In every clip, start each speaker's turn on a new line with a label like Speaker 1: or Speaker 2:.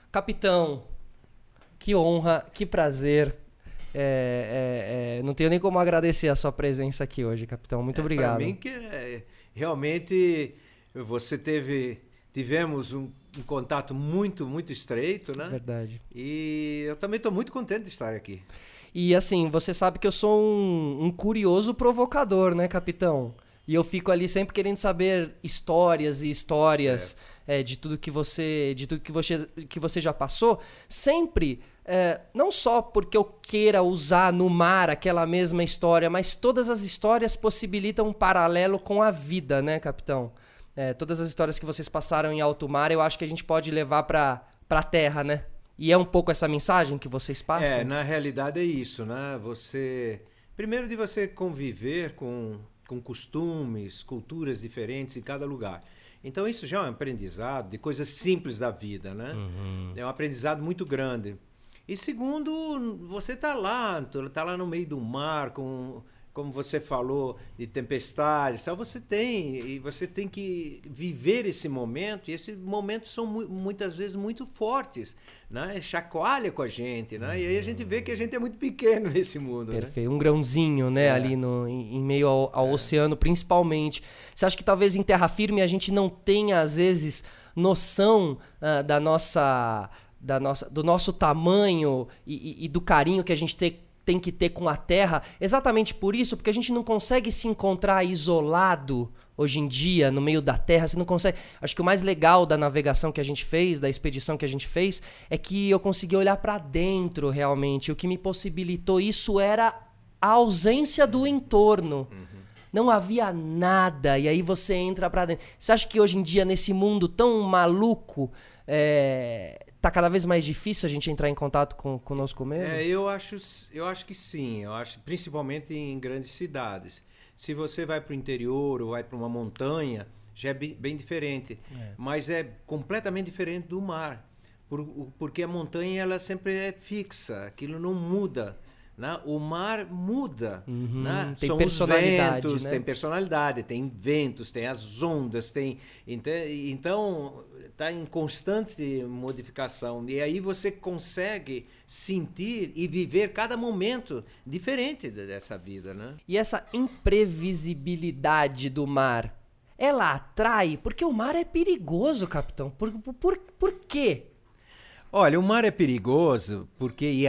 Speaker 1: Capitão, que honra, que prazer. Não tenho nem como agradecer a sua presença aqui hoje, capitão. Muito obrigado.
Speaker 2: Para mim que realmente tivemos um contato muito, muito estreito, né?
Speaker 1: Verdade.
Speaker 2: E eu também estou muito contente de estar aqui.
Speaker 1: E assim, você sabe que eu sou um curioso provocador, né, capitão? E eu fico ali sempre querendo saber histórias e histórias de tudo que você já passou. Sempre, não só porque eu queira usar no mar aquela mesma história, mas todas as histórias possibilitam um paralelo com a vida, né, capitão? Todas as histórias que vocês passaram em alto mar, eu acho que a gente pode levar pra terra, né? E é um pouco essa mensagem que vocês passam?
Speaker 2: Na realidade é isso, né? Primeiro de você conviver com costumes, culturas diferentes em cada lugar. Então isso já é um aprendizado de coisas simples da vida, né?
Speaker 1: Uhum.
Speaker 2: É um aprendizado muito grande. E segundo, você tá lá no meio do mar, como você falou, de tempestades, você tem que viver esse momento, e esses momentos são muitas vezes muito fortes, né? Chacoalha com a gente, né? E aí a gente vê que a gente é muito pequeno nesse mundo.
Speaker 1: Perfeito, né? Um grãozinho, né? Ali em meio ao oceano, principalmente. Você acha que talvez em terra firme a gente não tenha, às vezes, noção do nosso tamanho e do carinho que a gente tem que ter com a terra, exatamente por isso, porque a gente não consegue se encontrar isolado hoje em dia, no meio da terra, você não consegue. Acho que o mais legal da navegação que a gente fez, da expedição que a gente fez, é que eu consegui olhar para dentro realmente. O que me possibilitou isso era a ausência do entorno. Não havia nada, e aí você entra para dentro. Você acha que hoje em dia, nesse mundo tão maluco, tá cada vez mais difícil a gente entrar em contato conosco mesmo?
Speaker 2: Eu acho que sim. Eu acho, principalmente em grandes cidades. Se você vai para o interior ou vai para uma montanha, já é bem diferente. Mas é completamente diferente do mar. Porque a montanha ela sempre é fixa, aquilo não muda. Né? O mar muda. Né?
Speaker 1: Tem
Speaker 2: São
Speaker 1: personalidade,
Speaker 2: os ventos,
Speaker 1: né?
Speaker 2: tem personalidade, tem ventos, tem as ondas, então está em constante modificação. E aí você consegue sentir e viver cada momento diferente dessa vida. Né?
Speaker 1: E essa imprevisibilidade do mar, ela atrai? Porque o mar é perigoso, capitão. Por quê?
Speaker 2: Olha, o mar é perigoso porque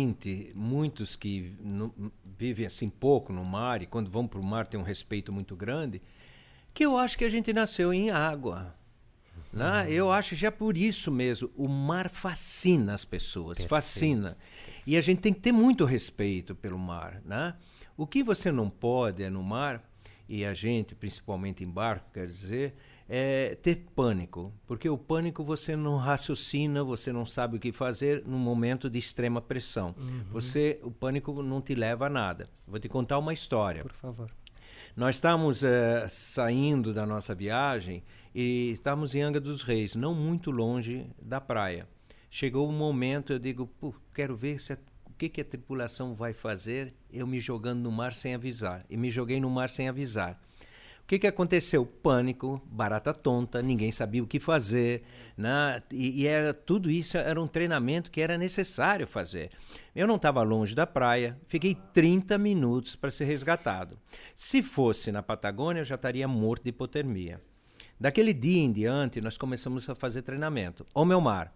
Speaker 2: muitos que vivem assim pouco no mar e quando vão para o mar têm um respeito muito grande, que eu acho que a gente nasceu em água. Né? Eu acho já por isso mesmo, o mar fascina as pessoas,
Speaker 1: Perfeito.
Speaker 2: fascina. E a gente tem que ter muito respeito pelo mar. Né? O que você não pode no mar, e a gente, principalmente em barco, quer dizer, é ter pânico, porque o pânico você não raciocina, você não sabe o que fazer num momento de extrema pressão. O pânico não te leva a nada. Vou te contar uma história.
Speaker 1: Por favor.
Speaker 2: Nós estávamos saindo da nossa viagem e estávamos em Angra dos Reis, não muito longe da praia. Chegou um momento, eu digo, quero ver o que a tripulação vai fazer, eu me jogando no mar sem avisar. E me joguei no mar sem avisar. O que aconteceu? Pânico, barata tonta, ninguém sabia o que fazer, né? E tudo isso era um treinamento que era necessário fazer. Eu não estava longe da praia, fiquei 30 minutos para ser resgatado. Se fosse na Patagônia, eu já estaria morto de hipotermia. Daquele dia em diante, nós começamos a fazer treinamento. Ô meu mar,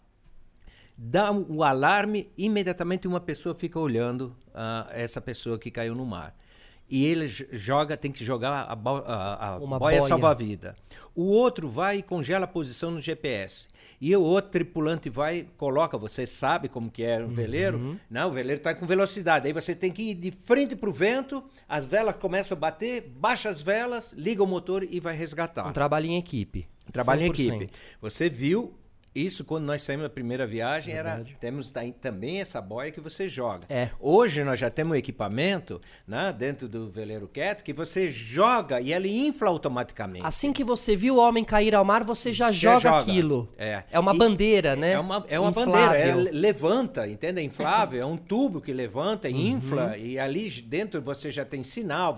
Speaker 2: dá o alarme, imediatamente uma pessoa fica olhando essa pessoa que caiu no mar. E ele tem que jogar a boia salva-vida. O outro vai e congela a posição no GPS. E o outro tripulante coloca, você sabe como que é o veleiro, né? O veleiro está com velocidade. Aí você tem que ir de frente para o vento, as velas começam a bater, baixa as velas, liga o motor e vai resgatar.
Speaker 1: Um trabalho em equipe.
Speaker 2: Trabalho
Speaker 1: 100%.
Speaker 2: em equipe. Você viu isso quando nós saímos da primeira viagem, temos também essa boia que você joga. Hoje nós já temos um equipamento, né, dentro do veleiro Cat que você joga e ele infla automaticamente.
Speaker 1: Assim que você viu o homem cair ao mar, você já joga aquilo. É uma bandeira, né?
Speaker 2: É uma bandeira, levanta, entende? É inflável, é um tubo que levanta, infla, e ali dentro você já tem sinal,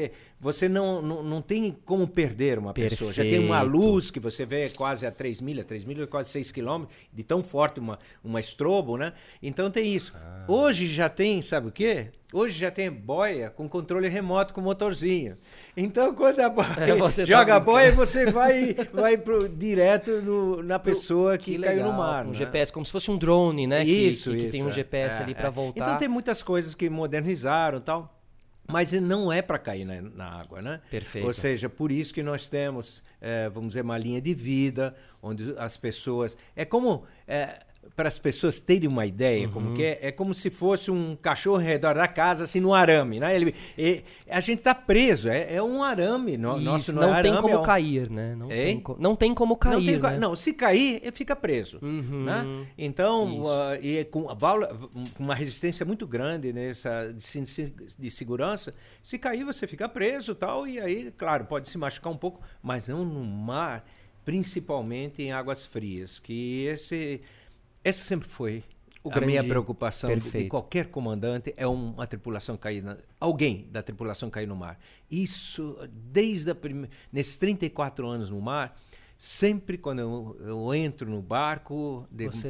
Speaker 2: você não tem como perder uma pessoa. Já tem uma luz que você vê quase a 3.000, 3 milhas, quase 6 quilômetros, de tão forte uma estrobo, né? Então tem isso. Hoje já tem, sabe o quê? Hoje já tem boia com controle remoto com motorzinho. Então, quando a boia joga a boia, você vai direto na pessoa que caiu no mar.
Speaker 1: Um
Speaker 2: né?
Speaker 1: GPS, como se fosse um drone, né?
Speaker 2: Isso,
Speaker 1: que tem um GPS ali para voltar.
Speaker 2: Então tem muitas coisas que modernizaram e tal. Mas não é para cair na água, né?
Speaker 1: Perfeito.
Speaker 2: Ou seja, por isso que nós temos, vamos dizer, uma linha de vida, onde as pessoas... É como... para as pessoas terem uma ideia como que é como se fosse um cachorro ao redor da casa, assim, no arame, né? A gente está preso, é um arame. Nosso
Speaker 1: não
Speaker 2: arame
Speaker 1: tem como cair, né? Não tem como cair, né?
Speaker 2: Não, se cair, ele fica preso. Né? Então, com uma resistência muito grande nessa de segurança, se cair, você fica preso e tal, e aí, claro, pode se machucar um pouco, mas não no mar, principalmente em águas frias, que essa sempre foi a minha preocupação de qualquer comandante, é uma tripulação cair, alguém da tripulação cair no mar. Isso, nesses 34 anos no mar, sempre quando eu entro no barco,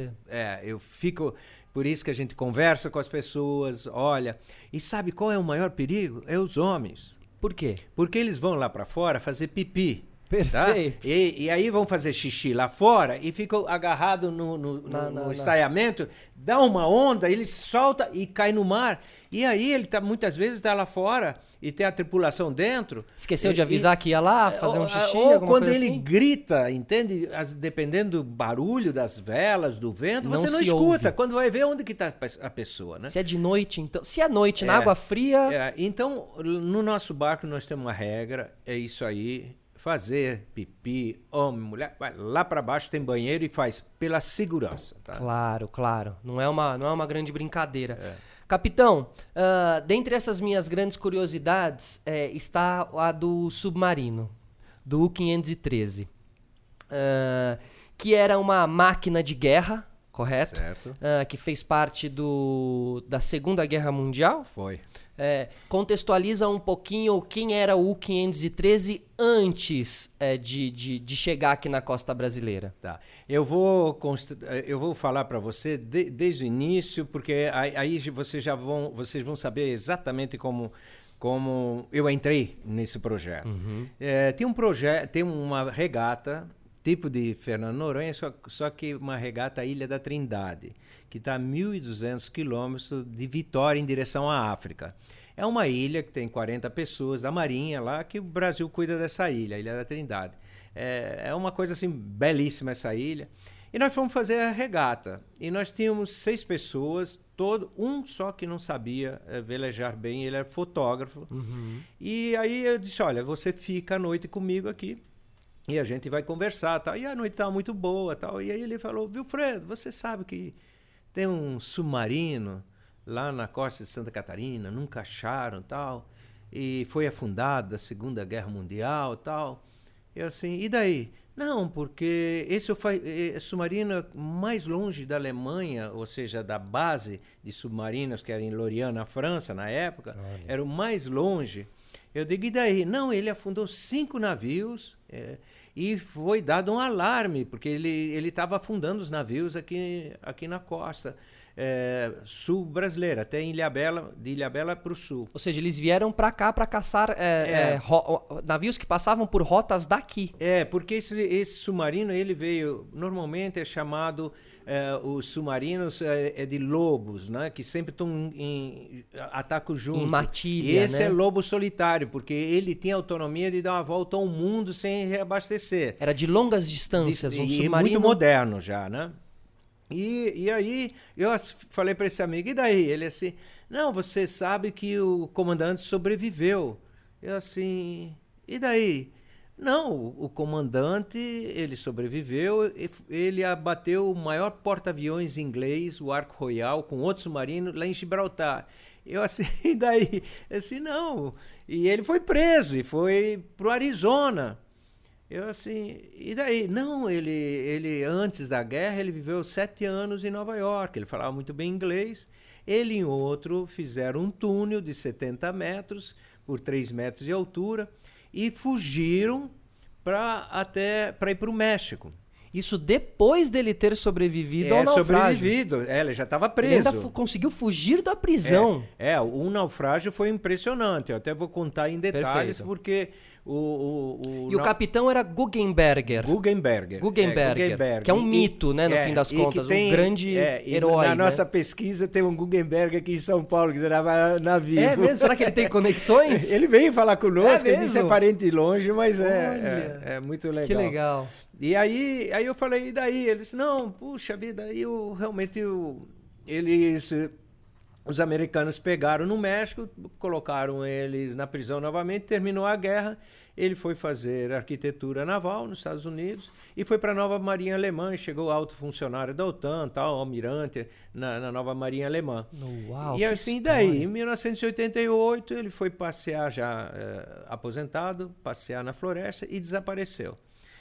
Speaker 2: eu fico... Por isso que a gente conversa com as pessoas, olha... E sabe qual é o maior perigo? É os homens.
Speaker 1: Por quê?
Speaker 2: Porque eles vão lá para fora fazer pipi.
Speaker 1: Perfeito.
Speaker 2: Tá? E aí vão fazer xixi lá fora e ficam agarrados no estaiamento, dá uma onda, ele solta e cai no mar. E aí ele muitas vezes está lá fora e tem a tripulação dentro.
Speaker 1: Esqueceu de avisar que ia lá fazer um xixi?
Speaker 2: Ou quando ele
Speaker 1: assim?
Speaker 2: grita, entende? Dependendo do barulho das velas, do vento, você não escuta.
Speaker 1: Ouve.
Speaker 2: Quando vai ver onde que está a pessoa, né?
Speaker 1: Se é de noite, então... Se é noite, na água fria...
Speaker 2: Então, no nosso barco nós temos uma regra, é isso aí... Fazer pipi, homem, mulher, vai lá para baixo, tem banheiro e faz pela segurança. Tá?
Speaker 1: Claro. Não é uma grande brincadeira. Capitão, dentre essas minhas grandes curiosidades está a do submarino, do U-513, que era uma máquina de guerra, correto?
Speaker 2: Certo.
Speaker 1: Que fez parte da Segunda Guerra Mundial.
Speaker 2: Foi.
Speaker 1: Contextualiza um pouquinho quem era o U-513 antes de chegar aqui na costa brasileira.
Speaker 2: Tá. Eu vou falar para você desde o início, porque aí vocês vão saber exatamente como eu entrei nesse projeto. Tem uma regata, tipo de Fernando Noronha, só que uma regata à Ilha da Trindade, que está a 1.200 quilômetros de Vitória em direção à África. É uma ilha que tem 40 pessoas da Marinha lá, que o Brasil cuida dessa ilha, a Ilha da Trindade. É uma coisa assim, belíssima essa ilha. E nós fomos fazer a regata. E nós tínhamos 6 pessoas, um só que não sabia velejar bem, ele era fotógrafo. E aí eu disse, olha, você fica à noite comigo aqui, e a gente vai conversar, tal. E a noite estava muito boa, tal. E aí ele falou, Wilfredo, você sabe que tem um submarino lá na costa de Santa Catarina, nunca acharam, tal, e foi afundado da Segunda Guerra Mundial, tal. Eu assim, e daí? Não, porque esse submarino mais longe da Alemanha, ou seja, da base de submarinos, que era em Lorient, na França, na época, era o mais longe. Eu digo, e daí? Não, ele afundou 5 navios, e foi dado um alarme, porque ele estava afundando os navios aqui na costa sul brasileira, até em de Ilhabela para o sul.
Speaker 1: Ou seja, eles vieram para cá para caçar navios que passavam por rotas daqui.
Speaker 2: Porque esse submarino, ele veio, normalmente é chamado, os submarinos de lobos, né? Que sempre estão atacam junto.
Speaker 1: Em matilha,
Speaker 2: e esse é lobo solitário, porque ele tem a autonomia de dar uma volta ao mundo sem reabastecer.
Speaker 1: Era de longas distâncias, um submarino...
Speaker 2: muito moderno já, né? E aí eu falei para esse amigo, e daí? Ele assim, não, você sabe que o comandante sobreviveu. Eu assim, e daí? Não, o comandante, ele sobreviveu, ele abateu o maior porta-aviões inglês, o Arco Royal, com outro submarino lá em Gibraltar. Eu assim, e daí? Eu assim, não. E ele foi preso e foi pro Arizona. Eu assim, e daí? Não, ele antes da guerra, ele viveu 7 anos em Nova York, ele falava muito bem inglês. Ele e outro fizeram um túnel de 70 metros por 3 metros de altura e fugiram para ir para o México.
Speaker 1: Isso depois dele ter sobrevivido ao naufrágio.
Speaker 2: Sobrevivido. Ele já estava preso.
Speaker 1: Ele ainda conseguiu fugir da prisão.
Speaker 2: O naufrágio foi impressionante. Eu até vou contar em detalhes,
Speaker 1: Perfeito.
Speaker 2: porque
Speaker 1: o capitão era Guggenberger.
Speaker 2: Guggenberger,
Speaker 1: que é um mito, né, no fim das contas, um grande herói.
Speaker 2: Na nossa pesquisa tem um Guggenberger aqui em São Paulo, que estava navio.
Speaker 1: É mesmo? Será que ele tem conexões?
Speaker 2: Ele veio falar conosco, ele
Speaker 1: mesmo?
Speaker 2: disse é parente de longe, mas é muito legal.
Speaker 1: Que legal.
Speaker 2: E aí eu falei, e daí? Ele disse, não, puxa vida, aí os americanos pegaram no México, colocaram eles na prisão novamente, terminou a guerra, ele foi fazer arquitetura naval nos Estados Unidos e foi para a nova Marinha Alemã, chegou alto funcionário da OTAN, tal, almirante na nova Marinha Alemã.
Speaker 1: Uau,
Speaker 2: e assim, daí, em 1988, ele foi passear já aposentado, passear na floresta e desapareceu.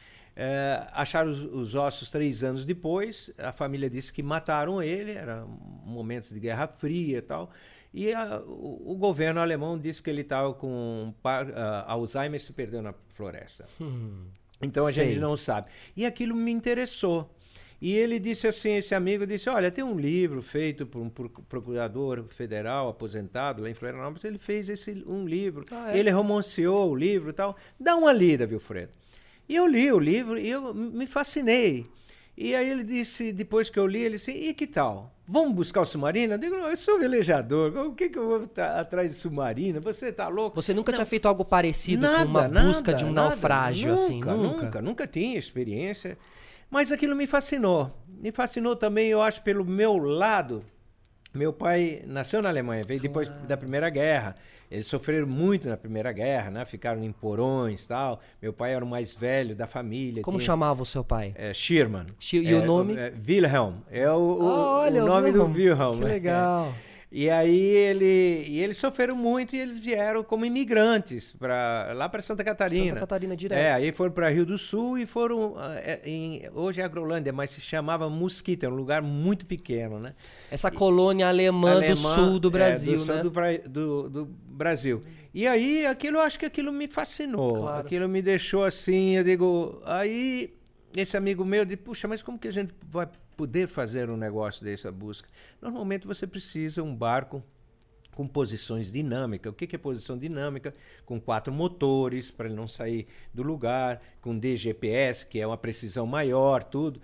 Speaker 2: Acharam os ossos 3 anos depois, a família disse que mataram ele, eram momentos de Guerra Fria e tal, e o governo alemão disse que ele estava com Alzheimer, se perdeu na floresta. Então a gente não sabe. E aquilo me interessou. E ele disse assim, esse amigo disse, olha, tem um livro feito por um procurador federal aposentado lá em Florianópolis, ele fez um livro, ele romanceou o livro e tal, dá uma lida, Vilfredo. E eu li o livro e eu me fascinei. E aí ele disse, depois que eu li, ele disse, e que tal? Vamos buscar o submarino? Eu digo, não, eu sou velejador, o que eu vou atrás de submarino? Você tá louco?
Speaker 1: Você nunca tinha feito algo parecido com uma busca de um naufrágio, assim?
Speaker 2: Nunca tinha experiência. Mas aquilo me fascinou. Me fascinou também, eu acho, pelo meu lado. Meu pai nasceu na Alemanha, veio depois da Primeira Guerra. Eles sofreram muito na Primeira Guerra, né? Ficaram em porões e tal. Meu pai era o mais velho da família.
Speaker 1: Como chamava o seu pai?
Speaker 2: Schirmann.
Speaker 1: E o nome?
Speaker 2: Wilhelm. É o nome do Wilhelm.
Speaker 1: Que legal.
Speaker 2: E aí eles sofreram muito e eles vieram como imigrantes lá para Santa Catarina.
Speaker 1: Santa Catarina direto.
Speaker 2: Aí foram para Rio do Sul e foram... hoje é Agrolândia, mas se chamava Mosquito, é um lugar muito pequeno, né?
Speaker 1: Essa colônia alemã do sul do Brasil,
Speaker 2: do
Speaker 1: né?
Speaker 2: Sul do Brasil. E aí acho que aquilo me fascinou.
Speaker 1: Claro.
Speaker 2: Aquilo me deixou assim, eu digo... Aí esse amigo meu disse, puxa, mas como que a gente vai poder fazer um negócio dessa busca? Normalmente você precisa um barco com posições dinâmicas. O que é posição dinâmica? Com 4 motores, para ele não sair do lugar, com DGPS, que é uma precisão maior, tudo.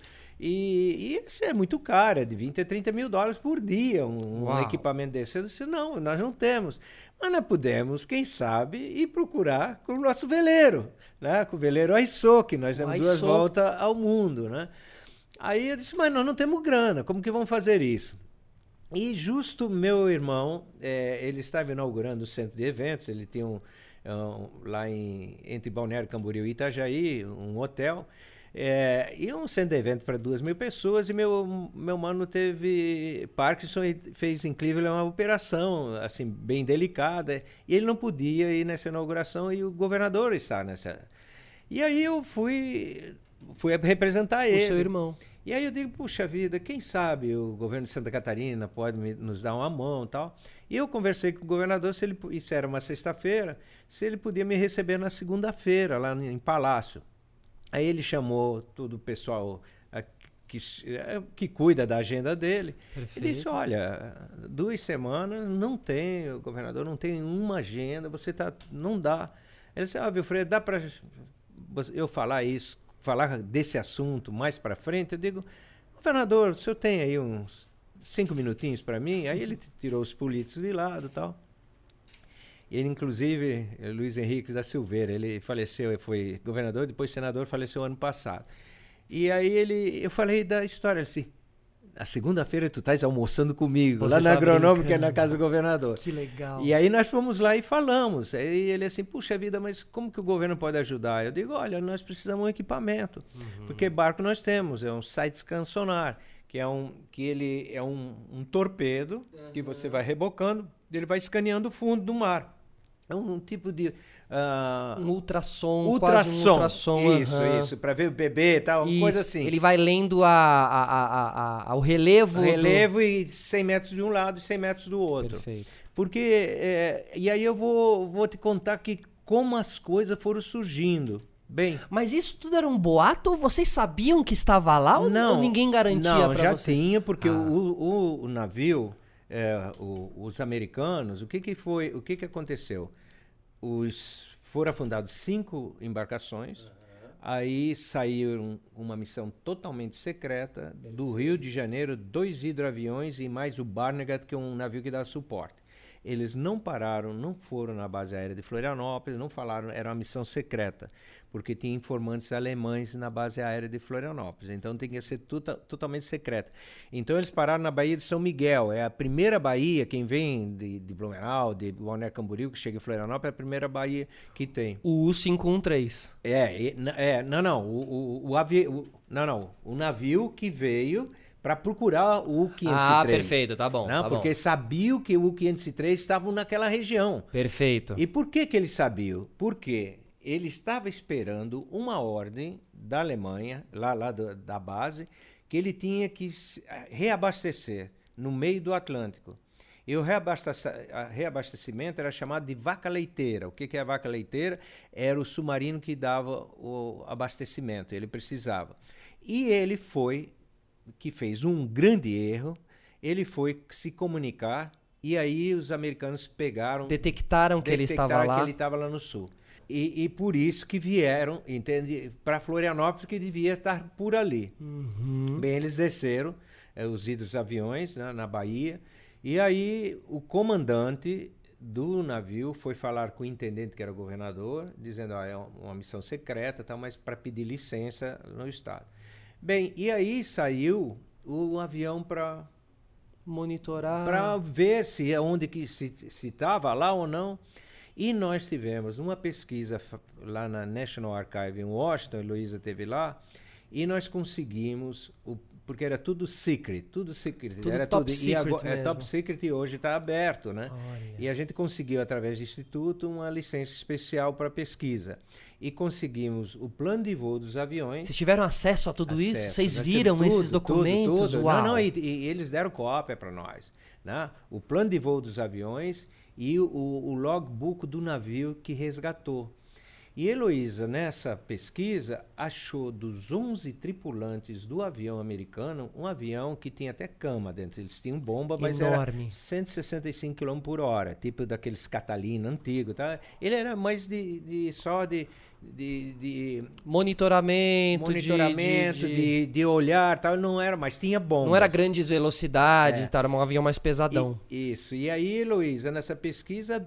Speaker 2: E isso é muito caro, é de 20 a 30 mil dólares por dia, um equipamento desse. Eu disse, não, nós não temos. Mas nós podemos, quem sabe, ir procurar com o nosso veleiro, né? Com o veleiro Aissô, que nós demos 2 voltas ao mundo, né? Aí eu disse, mas nós não temos grana, como que vamos fazer isso? E justo meu irmão, ele estava inaugurando o centro de eventos, ele tinha lá entre Balneário Camboriú e Itajaí, um hotel, e um centro de evento para 2.000 pessoas, e meu mano teve Parkinson e fez em Cleveland uma operação assim, bem delicada, e ele não podia ir nessa inauguração e o governador está nessa. E aí eu fui representar ele.
Speaker 1: O seu irmão.
Speaker 2: E aí eu digo, puxa vida, quem sabe o governo de Santa Catarina pode nos dar uma mão e tal. E eu conversei com o governador, isso era uma sexta-feira, se ele podia me receber na segunda-feira, lá em Palácio. Aí ele chamou todo o pessoal que cuida da agenda dele.
Speaker 1: Perfeito.
Speaker 2: Ele disse, olha, 2 semanas, o governador não tem uma agenda, não dá. Ele disse, Vilfredo, dá para eu falar desse assunto mais para frente? Eu digo, governador, o senhor tem aí uns 5 minutinhos para mim? Aí ele tirou os políticos de lado e tal. Ele, inclusive, Luiz Henrique da Silveira, ele faleceu, foi governador, depois senador, faleceu ano passado. E aí eu falei da história, ele disse, a segunda-feira tu estás almoçando comigo, lá na Agronômica, na casa do governador.
Speaker 1: Que legal.
Speaker 2: E aí nós fomos lá e falamos. Aí ele assim, puxa vida, mas como que o governo pode ajudar? Eu digo, olha, nós precisamos de um equipamento, porque barco nós temos, é um side-scan sonar, que ele é um torpedo que você vai rebocando, ele vai escaneando o fundo do mar. É um tipo de...
Speaker 1: um ultrassom, quase um ultrassom.
Speaker 2: Isso, para ver o bebê e tal, coisa assim.
Speaker 1: Ele vai lendo o relevo.
Speaker 2: O relevo e 100 metros de um lado e 100 metros do outro.
Speaker 1: Perfeito.
Speaker 2: Porque, e aí eu vou te contar como as coisas foram surgindo Bem,
Speaker 1: Mas isso tudo era um boato ou vocês sabiam que estava lá ou ninguém garantia
Speaker 2: não,
Speaker 1: para
Speaker 2: já
Speaker 1: vocês?
Speaker 2: tinha, porque o navio, os americanos, o que aconteceu? Foram fundadas 5 embarcações, aí saíram uma missão totalmente secreta do Rio de Janeiro, 2 hidroaviões e mais o Barnegat, que é um navio que dá suporte. Eles não pararam, não foram na base aérea de Florianópolis, não falaram, era uma missão secreta, porque tinha informantes alemães na base aérea de Florianópolis, então tem que ser totalmente secreta. Então eles pararam na Baía de São Miguel, é a primeira baía, quem vem de Blumenau, de Balneário Camboriú, que chega em Florianópolis, é a primeira baía que tem.
Speaker 1: O U-513.
Speaker 2: O navio que veio para procurar o U-503.
Speaker 1: Ah, perfeito, tá bom.
Speaker 2: Não,
Speaker 1: tá
Speaker 2: porque
Speaker 1: bom.
Speaker 2: sabiam que o U-503 estava naquela região.
Speaker 1: Perfeito.
Speaker 2: E por que eles sabiam? Porque ele estava esperando uma ordem da Alemanha, da base, que ele tinha que reabastecer no meio do Atlântico. E o reabastecimento era chamado de vaca leiteira. O que é a vaca leiteira? Era o submarino que dava o abastecimento, ele precisava. E ele fez um grande erro, ele foi se comunicar e aí os americanos
Speaker 1: detectaram que ele estava lá.
Speaker 2: Que ele estava lá no sul. E por isso que vieram, entende, para Florianópolis, que devia estar por ali. Bem, eles desceram os hidroaviões na Bahia, e aí o comandante do navio foi falar com o intendente, que era o governador, dizendo, é uma missão secreta, tal, mas para pedir licença no estado. Bem, e aí saiu o avião para
Speaker 1: monitorar,
Speaker 2: para ver se estava lá ou não. E nós tivemos uma pesquisa lá na National Archive em Washington, a Heloísa esteve lá, e nós conseguimos, porque era tudo secret. Era
Speaker 1: top secret
Speaker 2: é top secret e hoje está aberto, né?
Speaker 1: Olha.
Speaker 2: E a gente conseguiu, através do Instituto, uma licença especial para pesquisa. E conseguimos o plano de voo dos aviões.
Speaker 1: Vocês tiveram acesso a tudo isso? Vocês viram esses documentos?
Speaker 2: Tudo.
Speaker 1: Uau.
Speaker 2: Não, e eles deram cópia para nós, né? O plano de voo dos aviões e o logbook do navio que resgatou. E Heloísa, nessa pesquisa, achou dos 11 tripulantes do avião americano, um avião que tinha até cama dentro. Eles tinham bomba, mas
Speaker 1: enorme.
Speaker 2: Era 165 km por hora, tipo daqueles Catalina antigo. Tá? Ele era mais só de
Speaker 1: monitoramento,
Speaker 2: de olhar, tal, não era, mas tinha bombas.
Speaker 1: Não era grandes velocidades, era um avião mais pesadão.
Speaker 2: Isso. E aí, Heloísa, nessa pesquisa,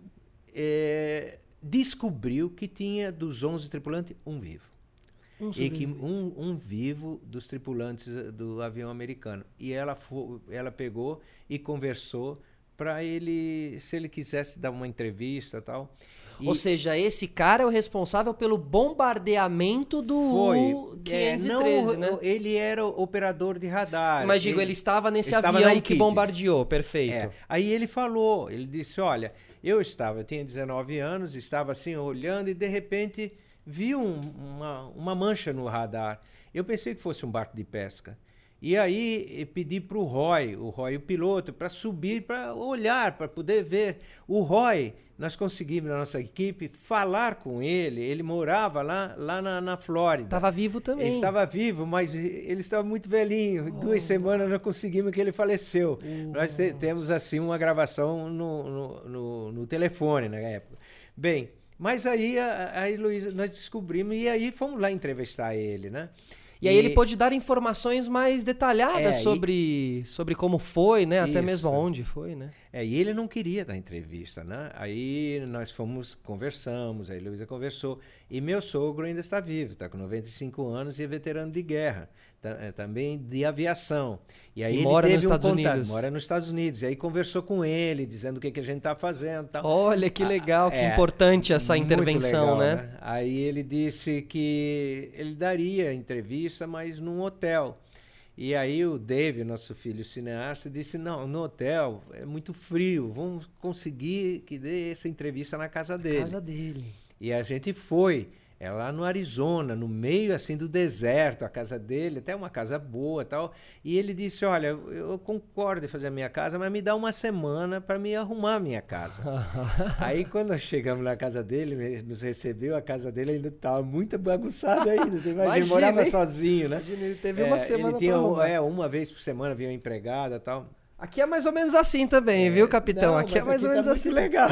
Speaker 2: descobriu que tinha dos 11 tripulantes, um vivo. E que um vivo dos tripulantes do avião americano. E ela pegou e conversou para ele, se ele quisesse dar uma entrevista e tal.
Speaker 1: Ou seja, esse cara é o responsável pelo bombardeamento do U-513, né?
Speaker 2: Ele era o operador de radar.
Speaker 1: Mas digo, ele estava nesse avião que bombardeou, perfeito.
Speaker 2: Aí ele falou, ele disse, olha, eu tinha 19 anos, estava assim olhando e de repente vi uma mancha no radar. Eu pensei que fosse um barco de pesca. E aí pedi para o Roy, o piloto, para subir, para olhar, para poder ver. O Roy, nós conseguimos na nossa equipe falar com ele. Ele morava lá na Flórida.
Speaker 1: Estava vivo também.
Speaker 2: Ele estava vivo, mas ele estava muito velhinho. 2 semanas nós conseguimos que ele faleceu. Nós temos assim uma gravação no telefone na época. Bem, mas aí a Heloísa, nós descobrimos e aí fomos lá entrevistar ele, né?
Speaker 1: E aí ele pôde dar informações mais detalhadas sobre como foi, né? Até mesmo onde foi, né?
Speaker 2: E ele não queria dar entrevista, né? Aí nós conversamos, a Heloísa conversou. E meu sogro ainda está vivo, está com 95 anos e é veterano de guerra, também de aviação. E aí ele
Speaker 1: mora
Speaker 2: teve
Speaker 1: nos Estados Unidos.
Speaker 2: Mora nos Estados Unidos. E aí conversou com ele, dizendo o que a gente está fazendo. Tal.
Speaker 1: Olha que legal, que importante essa intervenção,
Speaker 2: legal,
Speaker 1: né?
Speaker 2: Aí ele disse que ele daria entrevista, mas num hotel. E aí o Dave, nosso filho cineasta, disse, não, no hotel é muito frio, vamos conseguir que dê essa entrevista na casa dele.
Speaker 1: Na casa dele.
Speaker 2: E a gente foi É lá no Arizona, no meio assim do deserto, a casa dele, até uma casa boa e tal. E ele disse, olha, eu concordo em fazer a minha casa, mas me dá uma semana para me arrumar a minha casa. Aí quando nós chegamos na casa dele, ele nos recebeu, a casa dele ainda estava muito bagunçada ainda. Imagina, ele morava sozinho, né?
Speaker 1: Imagina, ele teve uma semana
Speaker 2: ele tinha,
Speaker 1: pra
Speaker 2: uma vez por semana vinha uma empregada e tal.
Speaker 1: Aqui é mais ou menos assim também, viu, capitão?
Speaker 2: Não,
Speaker 1: aqui é mais
Speaker 2: aqui
Speaker 1: ou menos
Speaker 2: tá
Speaker 1: assim.
Speaker 2: Muito legal.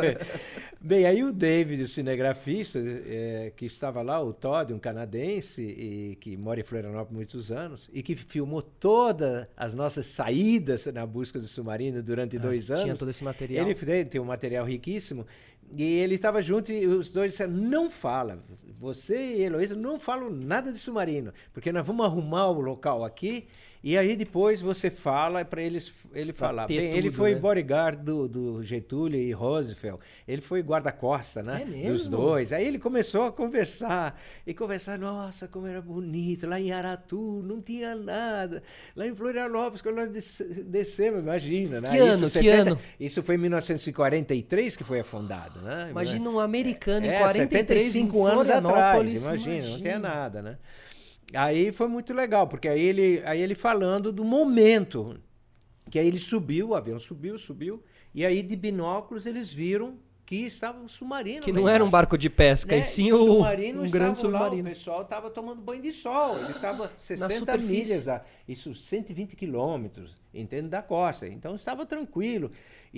Speaker 2: Bem, aí o David, o cinegrafista, que estava lá, o Todd, um canadense, e que mora em Florianópolis há muitos anos, e que filmou todas as nossas saídas na busca do submarino durante 2 anos.
Speaker 1: Tinha todo esse material.
Speaker 2: Ele tem um material riquíssimo, e ele estava junto e os dois disseram, não fala, você e Heloísa não falam nada de submarino, porque nós vamos arrumar o local aqui, e aí depois você fala para ele falar. Bem, ele foi bodyguard do Getúlio e Roosevelt. Ele foi guarda-costa, né?
Speaker 1: É mesmo?
Speaker 2: Dos dois. Aí ele começou a conversar. Nossa, como era bonito. Lá em Aratu não tinha nada. Lá em Florianópolis, quando nós descemos, imagina, né?
Speaker 1: Que ano?
Speaker 2: Isso foi em 1943 que foi afundado, né?
Speaker 1: Imagina um americano em 43
Speaker 2: 75
Speaker 1: em
Speaker 2: anos
Speaker 1: Florianópolis.
Speaker 2: atrás. Imagina, não tinha nada, né? Aí foi muito legal, porque aí ele falando do momento, que aí ele subiu, o avião subiu, e aí de binóculos eles viram que estava um submarino.
Speaker 1: Que não era um barco de pesca,
Speaker 2: né?
Speaker 1: E sim
Speaker 2: um
Speaker 1: grande submarino.
Speaker 2: Lá, o pessoal estava tomando banho de sol, ele estava 60 milhas, isso 120 quilômetros, entende, da costa, então estava tranquilo.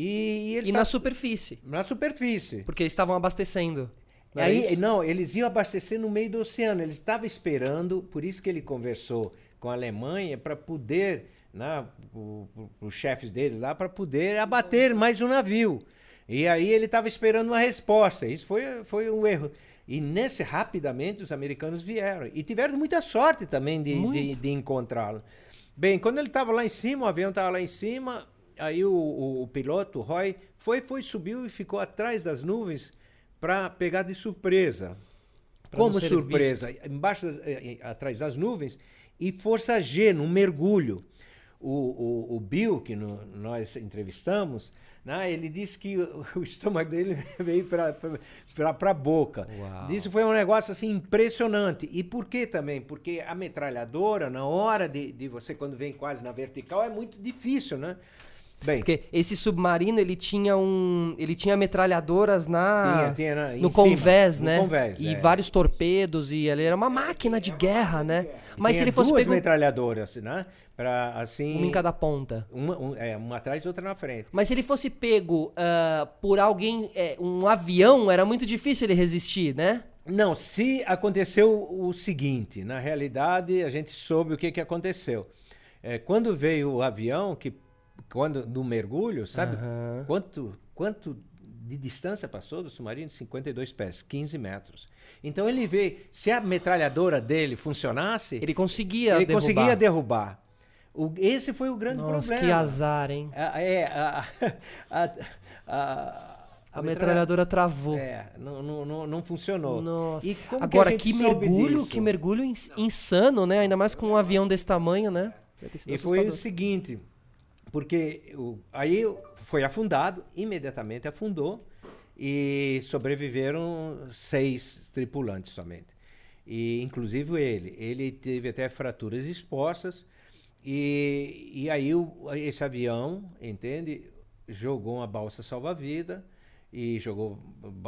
Speaker 1: E na superfície.
Speaker 2: Na superfície.
Speaker 1: Porque eles estavam abastecendo.
Speaker 2: Não, eles iam abastecer no meio do oceano. Ele estava esperando, por isso que ele conversou com a Alemanha, para poder, né, os chefes dele lá, para poder abater mais um navio. E aí ele estava esperando uma resposta. Isso foi um erro. E rapidamente, os americanos vieram. E tiveram muita sorte também de encontrá-lo. Bem, quando ele estava lá em cima, o avião estava lá em cima, aí o piloto, o Roy, subiu e ficou atrás das nuvens, para pegar de surpresa. Como surpresa? Embaixo, atrás das nuvens, e força G, no mergulho. O Bill, que nós entrevistamos, né, ele disse que o estômago dele veio para a boca.
Speaker 1: Uau.
Speaker 2: Isso foi um negócio assim impressionante. E por que também? Porque a metralhadora, na hora de você, quando vem quase na vertical, é muito difícil, né? Bem,
Speaker 1: porque esse submarino, ele tinha metralhadoras no convés, né?
Speaker 2: No convés,
Speaker 1: e vários torpedos, e ele era uma máquina de guerra, né? Mas se ele fosse
Speaker 2: duas metralhadoras, né? Assim,
Speaker 1: uma em cada ponta.
Speaker 2: Uma atrás e outra na frente.
Speaker 1: Mas se ele fosse pego por alguém, um avião, era muito difícil ele resistir, né?
Speaker 2: Não, se aconteceu o seguinte, na realidade a gente soube o que aconteceu. Quando veio o avião, no mergulho, sabe quanto de distância passou do submarino? 52 pés, 15 metros. Então ele veio, se a metralhadora dele funcionasse,
Speaker 1: ele conseguia
Speaker 2: derrubar. Esse foi o grande problema.
Speaker 1: Nossa, que azar, hein? A metralhadora travou.
Speaker 2: Não funcionou.
Speaker 1: Nossa.
Speaker 2: E como
Speaker 1: agora,
Speaker 2: que mergulho
Speaker 1: insano, né? Ainda mais com um avião desse tamanho, né?
Speaker 2: E foi o seguinte, porque aí foi afundado, imediatamente afundou, e sobreviveram 6 tripulantes somente. E inclusive ele teve até fraturas expostas, e aí esse avião, entende, jogou uma balsa salva-vida, jogou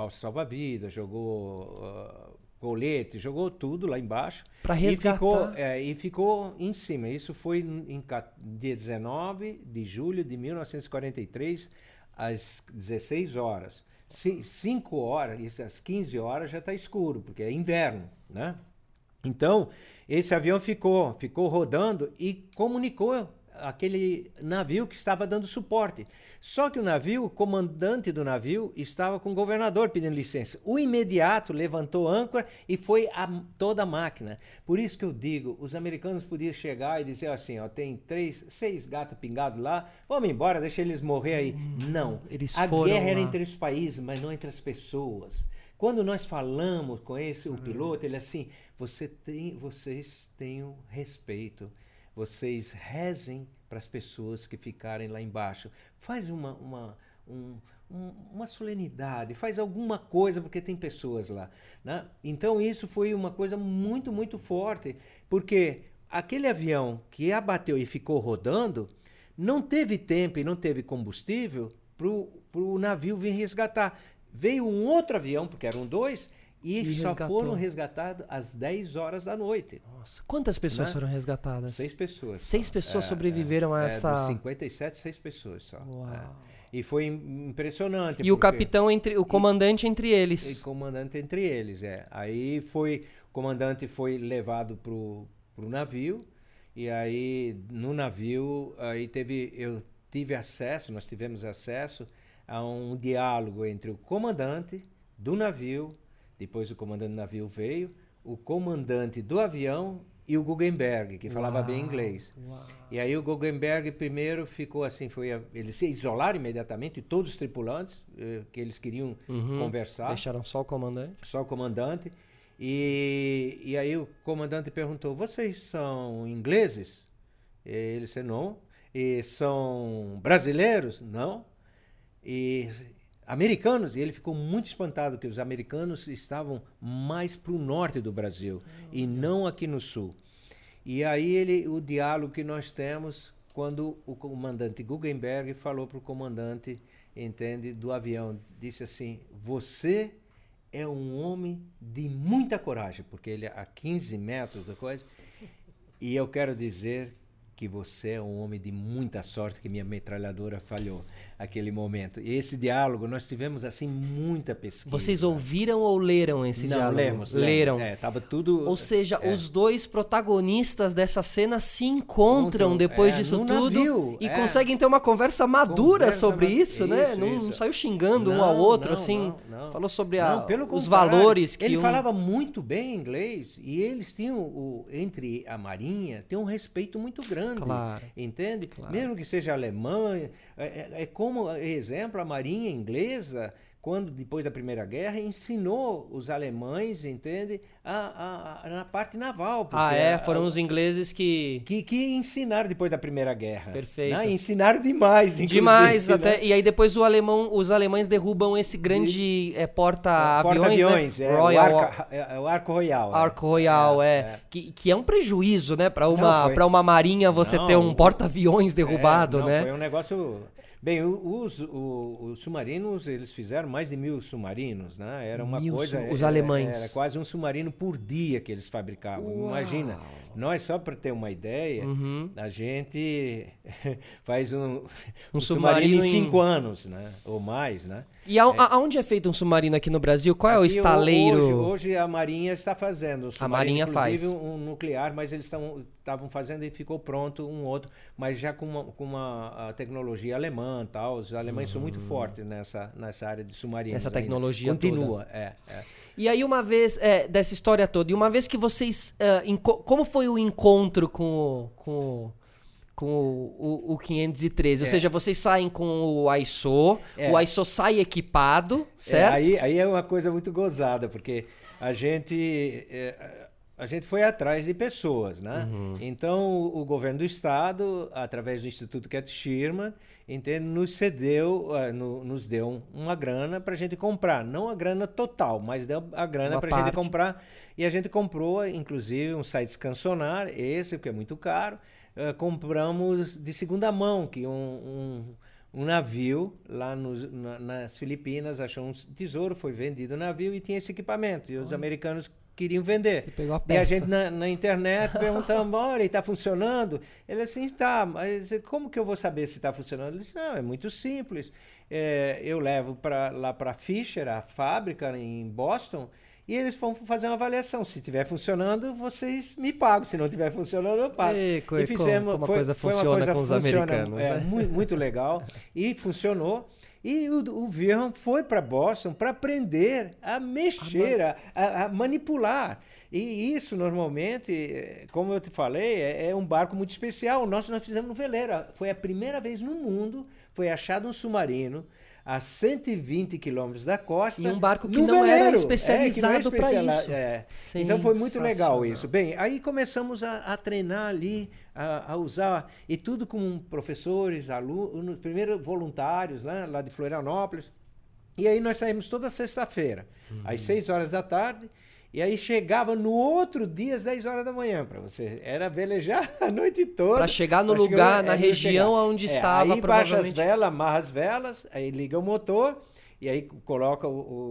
Speaker 2: colete, jogou tudo lá embaixo.
Speaker 1: Para resgatar.
Speaker 2: E ficou em cima. Isso foi em 19 de julho de 1943, às 16 horas. 5 horas, isso, às 15 horas já está escuro, porque é inverno, né? Então, esse avião ficou rodando e comunicou aquele navio que estava dando suporte. Só que o comandante do navio, estava com o governador pedindo licença. O imediato levantou âncora e foi toda a máquina. Por isso que eu digo, os americanos podiam chegar e dizer assim, tem 6 gatos pingados lá, vamos embora, deixa eles morrer aí. Não, a guerra era entre os países, mas não entre as pessoas. Quando nós falamos com o piloto, ele assim, vocês tenham respeito. Vocês rezem para as pessoas que ficarem lá embaixo. Faz uma solenidade, faz alguma coisa porque tem pessoas lá, né? Então isso foi uma coisa muito, muito forte, porque aquele avião que abateu e ficou rodando, não teve tempo e não teve combustível para o navio vir resgatar. Veio um outro avião, porque eram 2, e só
Speaker 1: resgatou.
Speaker 2: foram resgatados às 10 horas da noite.
Speaker 1: Nossa, quantas pessoas foram resgatadas?
Speaker 2: 6 pessoas.
Speaker 1: 6 pessoas sobreviveram a essa...
Speaker 2: Dos 57, 6 pessoas só.
Speaker 1: Uau.
Speaker 2: E foi impressionante.
Speaker 1: E o capitão, o comandante entre eles.
Speaker 2: O comandante entre eles, Aí o comandante foi levado pro navio, e aí no navio nós tivemos acesso a um diálogo entre o comandante do navio, depois o comandante do navio veio, o comandante do avião e o Guggenberg, que falava bem inglês.
Speaker 1: Uau.
Speaker 2: E aí o Guggenberg primeiro ficou assim, eles se isolaram imediatamente, todos os tripulantes, que eles queriam conversar.
Speaker 1: Deixaram só o comandante?
Speaker 2: Só o comandante. E aí o comandante perguntou, vocês são ingleses? Ele disse, não. E são brasileiros? Não. E americanos? E ele ficou muito espantado, que os americanos estavam mais para o norte do Brasil e não aqui no sul. E aí o diálogo que nós temos, quando o comandante Guggenberg falou para o comandante, do avião, disse assim, você é um homem de muita coragem, porque ele é a 15 metros da coisa, e eu quero dizer que você é um homem de muita sorte, que minha metralhadora falhou aquele momento. E esse diálogo, nós tivemos assim muita pesquisa.
Speaker 1: Vocês ouviram ou leram esse diálogo?
Speaker 2: Leram. Tava tudo...
Speaker 1: Ou seja, os dois protagonistas dessa cena se encontram depois disso tudo
Speaker 2: navio,
Speaker 1: e conseguem ter uma conversa madura sobre isso, né? Não saiu xingando um ao outro, assim. Não. Falou sobre os valores que...
Speaker 2: Ele falava muito bem inglês e eles tinham, entre a Marinha, tem um respeito muito grande.
Speaker 1: Claro.
Speaker 2: Entende?
Speaker 1: Claro.
Speaker 2: Mesmo que seja Alemanha, como exemplo, a Marinha inglesa, quando depois da Primeira Guerra, ensinou os alemães, entende, na parte naval.
Speaker 1: Foram os ingleses que
Speaker 2: ensinaram depois da Primeira Guerra.
Speaker 1: Perfeito.
Speaker 2: Né? Ensinaram demais, inclusive.
Speaker 1: Demais, até. Né? E aí depois os alemães derrubam esse grande porta-aviões,
Speaker 2: né? O Arco Royal.
Speaker 1: Arco Royal, Que é um prejuízo, né? Para uma marinha você ter um porta-aviões derrubado, né?
Speaker 2: Foi um negócio... Bem, os submarinos, eles fizeram mais de 1000 submarinos, né? Era uma coisa...
Speaker 1: Os alemães.
Speaker 2: Era quase um submarino por dia que eles fabricavam. Uau. Imagina, nós, só para ter uma ideia, a gente faz um submarino em 5 anos, né? Ou mais, né?
Speaker 1: E aonde é feito um submarino aqui no Brasil? Qual é o estaleiro?
Speaker 2: Hoje a Marinha está fazendo. O submarino,
Speaker 1: a Marinha
Speaker 2: inclusive,
Speaker 1: faz.
Speaker 2: Um nuclear, mas eles estavam fazendo e ficou pronto um outro, mas já com uma tecnologia alemã, tal. Os alemães são muito fortes nessa área de submarinos.
Speaker 1: Essa tecnologia
Speaker 2: continua.
Speaker 1: E aí uma vez dessa história toda, e uma vez que vocês, como foi o encontro com o 513? Ou seja, vocês saem com o ISO, o ISO sai equipado, certo?
Speaker 2: Aí é uma coisa muito gozada, porque a gente foi atrás de pessoas, né? Então, o governo do estado, através do Instituto Cat Schirmer, nos deu uma grana para a gente comprar. Não a grana total, mas deu a grana para a gente comprar. E a gente comprou, inclusive, um site Scansonar, que é muito caro. Compramos de segunda mão, que um navio lá nas Filipinas achou um tesouro, foi vendido o navio e tinha esse equipamento. E os americanos queriam vender.
Speaker 1: Você pegou a peça.
Speaker 2: E a gente na internet perguntando, olha, está funcionando? Ele assim, está, mas como que eu vou saber se está funcionando? Ele disse, não, é muito simples. Eu levo lá para Fisher, a fábrica em Boston, e eles vão fazer uma avaliação. Se estiver funcionando, vocês me pagam. Se não estiver funcionando, eu pago.
Speaker 1: E fizemos, como a coisa funciona com os americanos. Né?
Speaker 2: Muito legal. E funcionou. E o Wilhelm foi para Boston para aprender a mexer, a manipular. E isso, normalmente, como eu te falei, é um barco muito especial. Nós fizemos no veleiro. Foi a primeira vez no mundo, foi achado um submarino a 120 quilômetros da costa.
Speaker 1: E um barco que não era especializado para isso.
Speaker 2: Então foi muito legal isso. Bem, aí começamos a treinar ali, a usar, e tudo com professores, alunos, primeiro voluntários, né, lá de Florianópolis. E aí nós saímos toda sexta-feira, às 6 horas da tarde. E aí chegava no outro dia às 10 horas da manhã para você. Era velejar a noite toda.
Speaker 1: Para chegar no lugar, na região onde estava,
Speaker 2: aí baixa as velas, amarra as velas, aí liga o motor, e aí coloca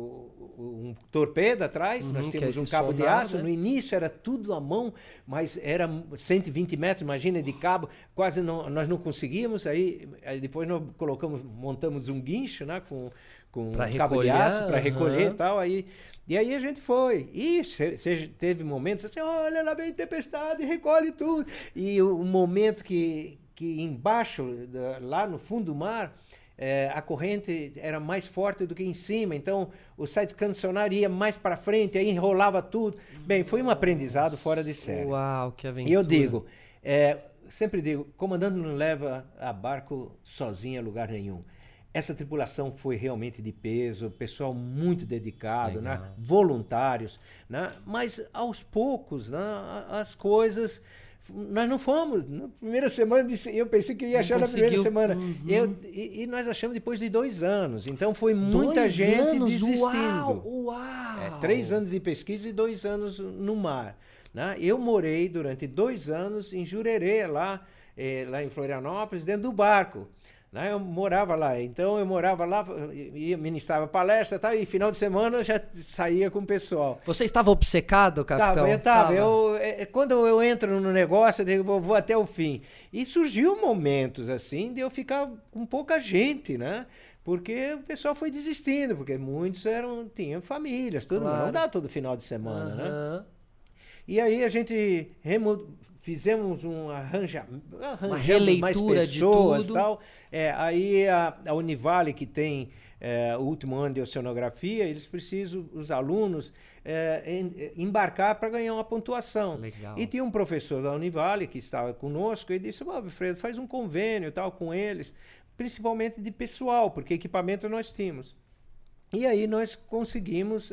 Speaker 2: um torpedo atrás. Nós tínhamos um cabo de aço. Né? No início era tudo à mão, mas era 120 metros, imagina, de cabo. Quase não, nós não conseguíamos. Aí depois nós montamos um guincho, né, com cabo de aço para recolher e tal. E aí a gente foi. E teve momentos assim, olha, lá vem tempestade, recolhe tudo. E o momento que embaixo, lá no fundo do mar, a corrente era mais forte do que em cima. Então o site cancionário ia mais para frente, aí enrolava tudo. Bem, foi um aprendizado fora de série.
Speaker 1: Uau, que aventura.
Speaker 2: E eu digo, sempre digo, comandante não leva a barco sozinho a lugar nenhum. Essa tripulação foi realmente de peso, pessoal muito dedicado, né? Voluntários, né? Mas aos poucos, né? As coisas... Nós não fomos. Na primeira semana, eu pensei que ia achar na primeira semana. E nós achamos depois de 2 anos. Então foi muita gente desistindo.
Speaker 1: Uau!
Speaker 2: 3 anos de pesquisa e 2 anos no mar. Né? Eu morei durante 2 anos em Jurerê, lá em Florianópolis, dentro do barco. Eu morava lá, então eu morava lá, ministrava palestra e tal, e final de semana eu já saía com o pessoal.
Speaker 1: Você estava obcecado, capitão?
Speaker 2: Estava. Quando eu entro no negócio, eu digo, vou até o fim. E surgiu momentos assim de eu ficar com pouca gente, né? Porque o pessoal foi desistindo, porque muitos tinham famílias, tudo, mas não dá todo final de semana, né? E aí a gente fizemos uma releitura mais pessoas, de tudo. Tal. Aí a Univale, que tem o último ano de oceanografia, eles precisam, os alunos, embarcar para ganhar uma pontuação.
Speaker 1: Legal.
Speaker 2: E tinha um professor da Univale que estava conosco e disse, Alfredo, faz um convênio tal, com eles, principalmente de pessoal, porque equipamento nós tínhamos. E aí nós conseguimos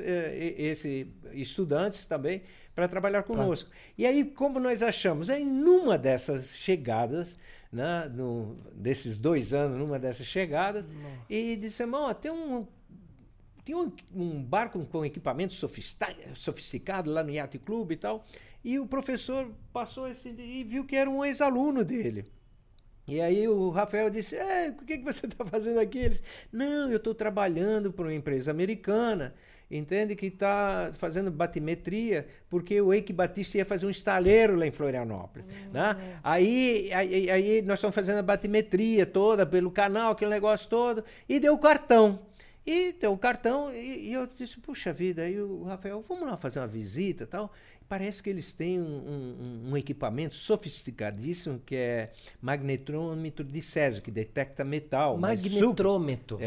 Speaker 2: estudantes também para trabalhar conosco. E aí, como nós achamos? Aí, numa dessas chegadas, né, desses 2 anos, numa dessas chegadas, e dissemos, tinha um barco com equipamento sofisticado lá no Yacht Club e tal, e o professor passou e viu que era um ex-aluno dele. E aí o Rafael disse, o que você está fazendo aqui? Ele disse, não, eu estou trabalhando para uma empresa americana, entende, que está fazendo batimetria, porque o Eike Batista ia fazer um estaleiro lá em Florianópolis. Né? Aí nós estamos fazendo a batimetria toda pelo canal, aquele negócio todo, e deu o cartão. E eu disse, puxa vida, aí o Rafael, vamos lá fazer uma visita e tal. Parece que eles têm um equipamento sofisticadíssimo que é magnetrômetro de césio, que detecta metal.
Speaker 1: Magnetrômetro.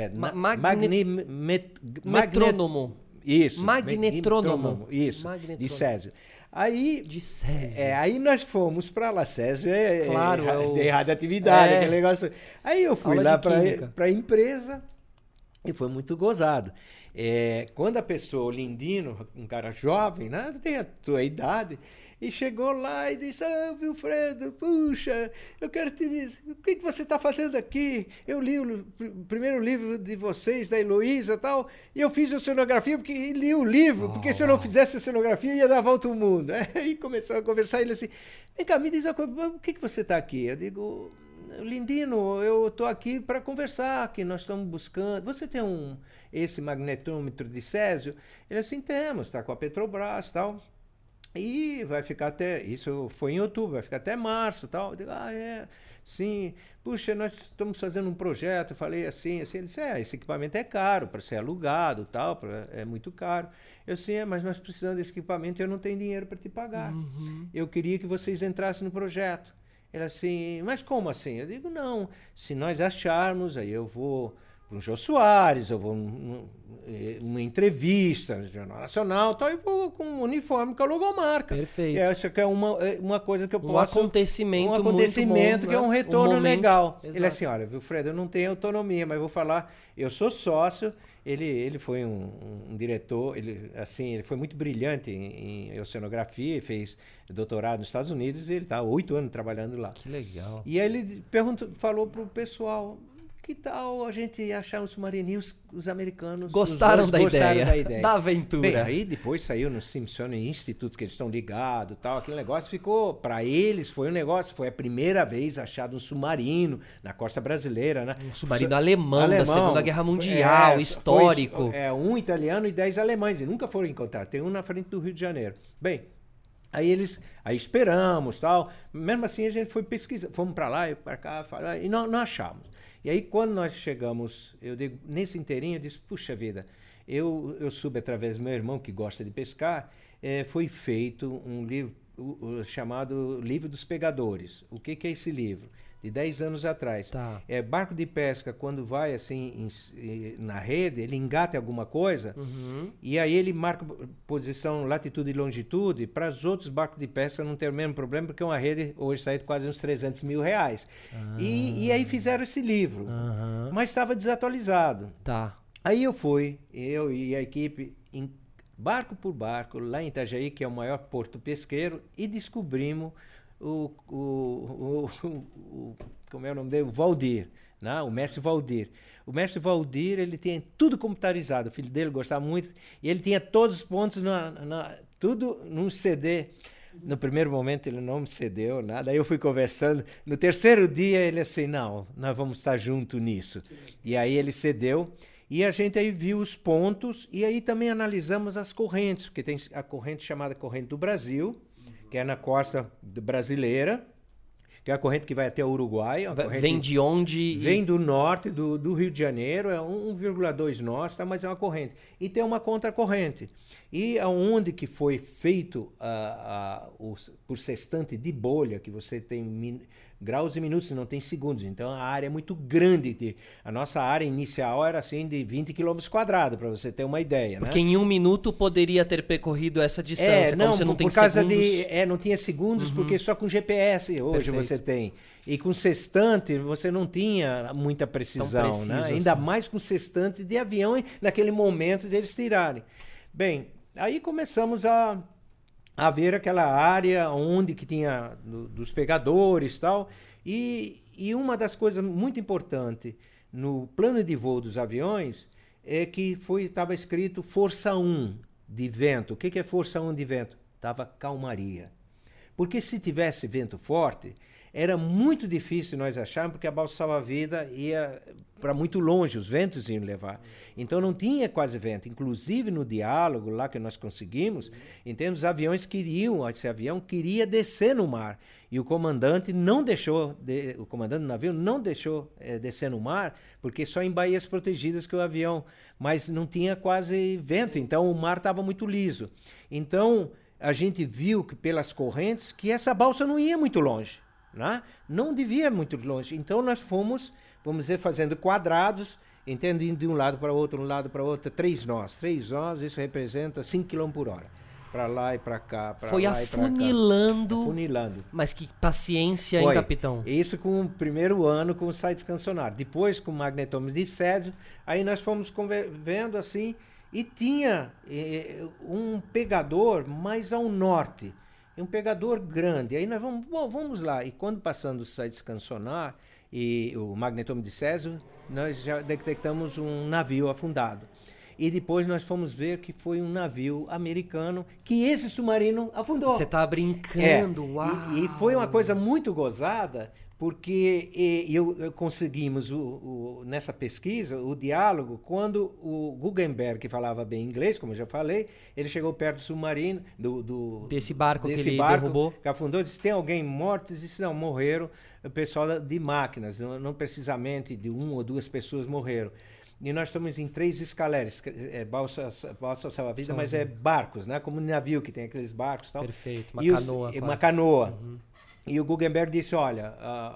Speaker 2: Metrônomo. Isso.
Speaker 1: Magnetrônomo.
Speaker 2: Isso, de césio. Aí,
Speaker 1: de césio.
Speaker 2: Aí nós fomos para lá. Césio
Speaker 1: claro,
Speaker 2: de radioatividade, aquele negócio. Aí eu fui lá para a empresa e foi muito gozado. Quando a pessoa, o Lindino, um cara jovem, né, tem a tua idade, e chegou lá e disse, Wilfredo, puxa, eu quero te dizer, o que você está fazendo aqui? Eu li o primeiro livro de vocês, da Heloísa e tal, e eu fiz oceanografia e li o livro, porque se eu não fizesse oceanografia, eu ia dar a volta ao mundo. Aí começou a conversar, ele assim, vem cá, me diz uma coisa, por que você está aqui? Eu digo, Lindino, eu estou aqui para conversar, que nós estamos buscando. Você tem esse magnetômetro de césio? Ele assim, temos, está com a Petrobras e tal. E vai ficar isso foi em outubro, vai ficar até março e tal. Eu digo, sim. Puxa, nós estamos fazendo um projeto. Eu falei assim. Ele disse, esse equipamento é caro para ser alugado e tal, é muito caro. Eu disse, mas nós precisamos desse equipamento e eu não tenho dinheiro para te pagar. Eu queria que vocês entrassem no projeto. Ele assim, mas como assim? Eu digo, não, se nós acharmos, aí eu vou um Jô Soares, eu vou uma entrevista no Jornal Nacional, tal, e vou com um uniforme com a logomarca.
Speaker 1: Perfeito.
Speaker 2: Eu acho que é uma coisa que eu posso...
Speaker 1: Um acontecimento muito bom,
Speaker 2: que é um retorno legal.
Speaker 1: Exato.
Speaker 2: Ele assim, olha, viu, Fred, eu não tenho autonomia, mas vou falar, eu sou sócio. Ele foi um diretor, ele foi muito brilhante em oceanografia, fez doutorado nos Estados Unidos e ele está há 8 anos trabalhando lá.
Speaker 1: Que legal.
Speaker 2: E aí ele falou pro pessoal, que tal a gente achar um submarino? E os americanos
Speaker 1: gostaram da ideia,
Speaker 2: da
Speaker 1: aventura.
Speaker 2: Bem, aí depois saiu no Smithsonian Institute, que eles estão ligados, tal, aquele negócio ficou, para eles foi um negócio, foi a primeira vez achado um submarino na costa brasileira, né?
Speaker 1: Um submarino alemão da Segunda Guerra Mundial, histórico.
Speaker 2: Um italiano e 10 alemães, e nunca foram encontrados. Tem um na frente do Rio de Janeiro. Bem, aí esperamos, tal. Mesmo assim a gente foi pesquisar, fomos para lá e para cá, e não achamos. E aí quando nós chegamos, eu digo, nesse inteirinho, eu disse, puxa vida, eu soube através do meu irmão que gosta de pescar, foi feito um livro chamado Livro dos Pegadores. O que é esse livro? De 10 anos atrás.
Speaker 1: Tá.
Speaker 2: Barco de pesca, quando vai assim na rede, ele engata alguma coisa, e aí ele marca posição, latitude e longitude, para os outros barcos de pesca não ter o mesmo problema, porque uma rede hoje sai de quase uns R$300 mil. E aí fizeram esse livro, mas estava desatualizado.
Speaker 1: Tá.
Speaker 2: Aí eu e a equipe, barco por barco, lá em Itajaí, que é o maior porto pesqueiro, e descobrimos como é o nome dele? O Valdir, né? O mestre Valdir. O mestre Valdir, ele tinha tudo computarizado, o filho dele gostava muito, e ele tinha todos os pontos, tudo num CD. No primeiro momento ele não me cedeu nada, aí eu fui conversando. No terceiro dia ele assim, não, nós vamos estar juntos nisso. E aí ele cedeu, e a gente aí viu os pontos, e aí também analisamos as correntes, porque tem a corrente chamada Corrente do Brasil, que é na costa brasileira, que é a corrente que vai até o Uruguai.
Speaker 1: Vem de onde?
Speaker 2: Vem do norte, do Rio de Janeiro, é 1,2 nós, tá? Mas é uma corrente. E tem uma contracorrente. E aonde que foi feito por sextante de bolha, que você tem graus e minutos, não tem segundos. Então a área é muito grande. A nossa área inicial era assim de 20 km², para você ter uma ideia.
Speaker 1: Porque
Speaker 2: né?
Speaker 1: em 1 minuto poderia ter percorrido essa distância.
Speaker 2: Não,
Speaker 1: você não tem
Speaker 2: por causa
Speaker 1: segundos.
Speaker 2: não tinha segundos, porque só com GPS hoje
Speaker 1: Perfeito.
Speaker 2: você tem. E com sextante você não tinha muita precisão,
Speaker 1: preciso,
Speaker 2: né? Ainda
Speaker 1: assim.
Speaker 2: mais com sextante de avião, e naquele momento deles tirarem. Bem, aí começamos a ver aquela área onde que tinha dos pegadores e tal. E uma das coisas muito importantes no plano de voo dos aviões é que estava escrito força 1 de vento. O que é força 1 de vento? Estava calmaria. Porque se tivesse vento forte, era muito difícil nós acharmos, porque a balsa salva-vida ia para muito longe, os ventos iam levar. Então não tinha quase vento. Inclusive no diálogo lá que nós conseguimos, entende? Os aviões esse avião queria descer no mar. E o comandante não deixou, o comandante do navio não deixou descer no mar, porque só em baías protegidas que o avião, mas não tinha quase vento, então o mar estava muito liso. Então a gente viu que pelas correntes que essa balsa não ia muito longe. Né? Não devia ir muito longe. Então nós fomos, vamos dizer, fazendo quadrados, entendendo de um lado para outro, três nós, isso representa 5 km por hora. Para lá e para cá, para
Speaker 1: Foi
Speaker 2: lá e para cá.
Speaker 1: Afunilando. Mas que paciência, hein, capitão?
Speaker 2: Isso com o primeiro ano com o site cancionário. Depois com o magnetômetro de Césio, aí nós fomos vendo assim, e tinha um pegador mais ao norte. Um pegador grande. Aí nós vamos lá. E quando passando o site cancionar e o magnetômetro de Césio, nós já detectamos um navio afundado. E depois nós fomos ver que foi um navio americano que esse submarino afundou.
Speaker 1: Você tá brincando, uau!
Speaker 2: E foi uma coisa muito gozada, porque conseguimos, nessa pesquisa, o diálogo, quando o Guggenberg, que falava bem inglês, como eu já falei, ele chegou perto do submarino,
Speaker 1: desse barco que ele derrubou.
Speaker 2: Que afundou, disse, tem alguém morto? Disse, não, morreram o pessoal de máquinas, não precisamente de 1 ou 2 pessoas morreram. E nós estamos em 3 escaleres, balsa salva-vida, mas barcos, né? Como um navio que tem aqueles barcos e tal.
Speaker 1: Perfeito,
Speaker 2: uma canoa. E o Guggenberg disse, olha,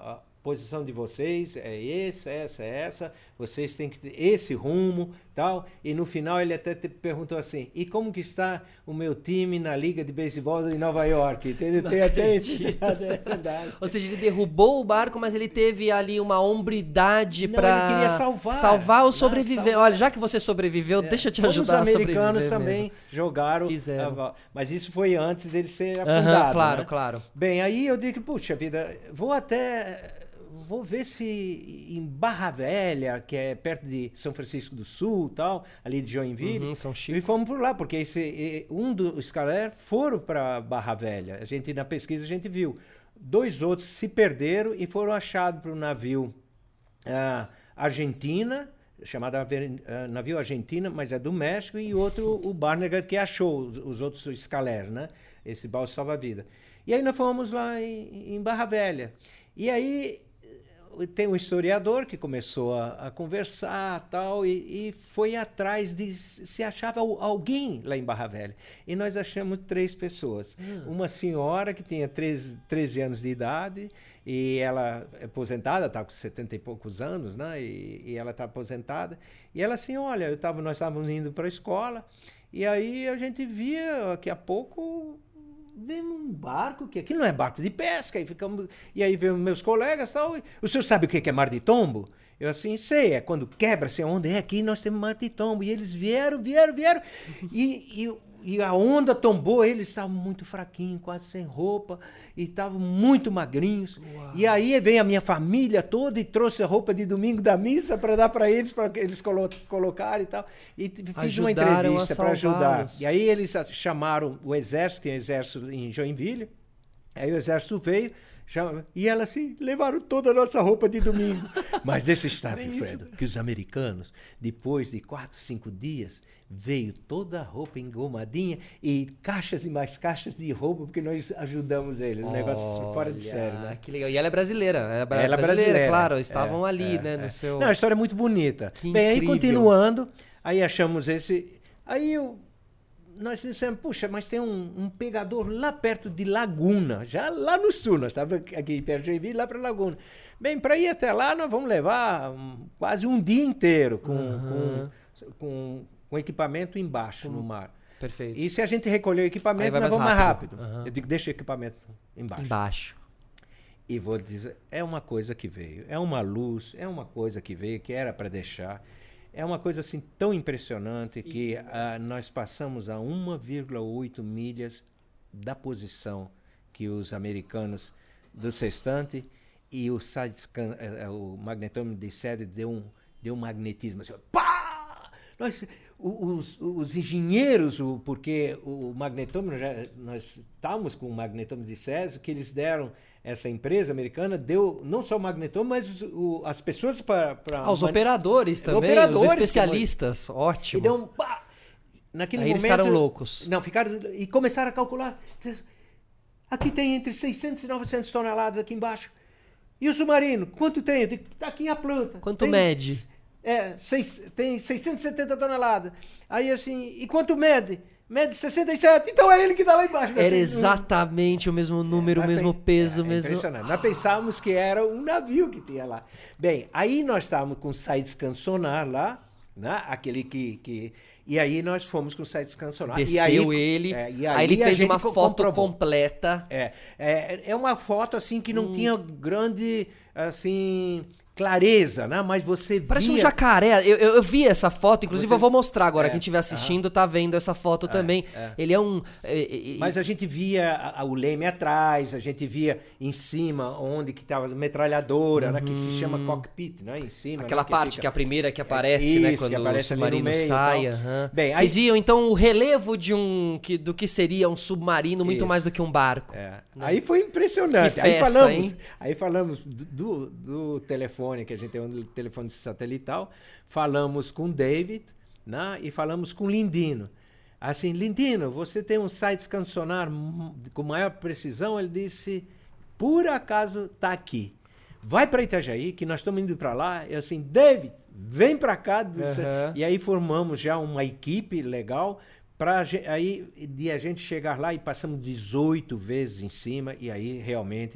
Speaker 2: posição de vocês é essa, vocês têm que ter esse rumo, tal. E no final ele até perguntou assim, e como que está o meu time na Liga de Beisebol de Nova York? Entendeu? Tem até esse... É verdade.
Speaker 1: Ou seja, ele derrubou o barco, mas ele teve ali uma hombridade para...
Speaker 2: ele queria
Speaker 1: salvar o sobrevivente. Olha, já que você sobreviveu, deixa eu te ajudar a sobreviver.
Speaker 2: Os americanos também
Speaker 1: mesmo.
Speaker 2: jogaram.
Speaker 1: Fizeram.
Speaker 2: Mas isso foi antes dele ser afundado.
Speaker 1: Claro,
Speaker 2: né?
Speaker 1: claro.
Speaker 2: Bem, aí eu digo, puxa vida, vou ver se em Barra Velha, que é perto de São Francisco do Sul, tal, ali de Joinville,
Speaker 1: São Chico.
Speaker 2: E fomos por lá, porque um dos Scaler foram para Barra Velha. Na pesquisa a gente viu. 2 outros se perderam e foram achados para um navio Argentina, chamado navio Argentina, mas é do México, e outro, o Barnegat, que achou os outros Scaler, né? Esse balsa salva-vida. E aí nós fomos lá em Barra Velha. E aí tem um historiador que começou a conversar tal, e foi atrás de se achava alguém lá em Barra Velha. E nós achamos 3 pessoas. Uma senhora que tinha 13 anos de idade, e ela é aposentada, está com 70 e poucos anos, né? E ela está aposentada. E ela assim, olha, nós estávamos indo para a escola, e aí a gente via, daqui a pouco... Vem um barco, que aqui não é barco de pesca, e aí veio meus colegas e tal. O senhor sabe o que é mar de tombo? Eu assim, sei, é quando quebra, sei onde é, aqui nós temos mar de tombo. E eles vieram, e a onda tombou, eles estavam muito fraquinhos, quase sem roupa, e estavam muito magrinhos. Uau. E aí vem a minha família toda e trouxe a roupa de domingo da missa para dar para eles colocarem e tal. E fiz uma entrevista para ajudar. E aí eles chamaram o exército, tinha exército em Joinville, aí o exército veio, e ela assim, levaram toda a nossa roupa de domingo. Mas deixa estar, Fredo, que os americanos, depois de 4, 5 dias, veio toda a roupa engomadinha e caixas e mais caixas de roupa, porque nós ajudamos eles. Um negócio fora de série, né?
Speaker 1: Que legal. E ela é brasileira.
Speaker 2: Ela é brasileira,
Speaker 1: claro. Estavam ali, né? No seu...
Speaker 2: Não, a história é muito bonita.
Speaker 1: Que
Speaker 2: bem,
Speaker 1: incrível.
Speaker 2: Aí continuando, aí achamos esse... Aí nós dissemos, puxa, mas tem um pegador lá perto de Laguna, já lá no sul, nós estávamos aqui perto de Joinville, lá para Laguna. Bem, para ir até lá, nós vamos levar quase um dia inteiro com equipamento embaixo no mar.
Speaker 1: Perfeito.
Speaker 2: E se a gente recolher o equipamento, nós vamos mais rápido. Eu digo, deixa o equipamento embaixo. E vou dizer, é uma coisa que veio, é uma luz, é uma coisa que veio, que era para deixar. É uma coisa assim tão impressionante que nós passamos a 1,8 milhas da posição que os americanos do sextante, e o magnetômetro de sede deu um magnetismo assim, pá! Os engenheiros, porque o magnetômetro, nós estávamos com o magnetômetro de Césio, que eles deram, essa empresa americana deu não só o magnetômetro, mas as pessoas para...
Speaker 1: os operadores também,
Speaker 2: operadores,
Speaker 1: os especialistas, ótimo.
Speaker 2: E deu um pá! Naquele
Speaker 1: aí
Speaker 2: momento...
Speaker 1: eles ficaram loucos.
Speaker 2: Não, ficaram... E começaram a calcular. Aqui tem entre 600 e 900 toneladas aqui embaixo. E o submarino, quanto tem? Está aqui a planta.
Speaker 1: Quanto mede?
Speaker 2: Tem 670 toneladas. Aí assim, e quanto mede? Mede 67. Então é ele que está lá embaixo.
Speaker 1: Era exatamente o mesmo número, o mesmo peso. Mesmo...
Speaker 2: Impressionante. Nós pensávamos que era um navio que tinha lá. Bem, aí nós estávamos com o side-scan sonar lá, né? Aquele que... E aí nós fomos com o side-scan sonar.
Speaker 1: Desceu ele, aí ele fez uma foto completa.
Speaker 2: É uma foto assim que não tinha grande, assim... clareza, né? Mas você via...
Speaker 1: Parece um jacaré. Eu vi essa foto, inclusive eu vou mostrar agora. Quem estiver assistindo tá vendo essa foto também. Ele é um...
Speaker 2: Mas a gente via o leme atrás, a gente via em cima onde que estava a metralhadora, né? Que se chama cockpit, né? Em cima.
Speaker 1: Aquela
Speaker 2: né?
Speaker 1: parte que é a primeira que aparece, né? Quando o submarino sai. Bem, vocês viam então o relevo do que seria um submarino muito mais do que um barco.
Speaker 2: Né? Aí foi impressionante.
Speaker 1: Que festa,
Speaker 2: aí falamos do telefone, que a gente tem um telefone satelital, falamos com o David, né, e falamos com o Lindino. Assim, Lindino, você tem um side-scan sonar com maior precisão? Ele disse, por acaso está aqui. Vai para Itajaí, que nós estamos indo para lá. Eu assim, David, vem para cá. E aí formamos já uma equipe legal para aí de a gente chegar lá, e passamos 18 vezes em cima, e aí realmente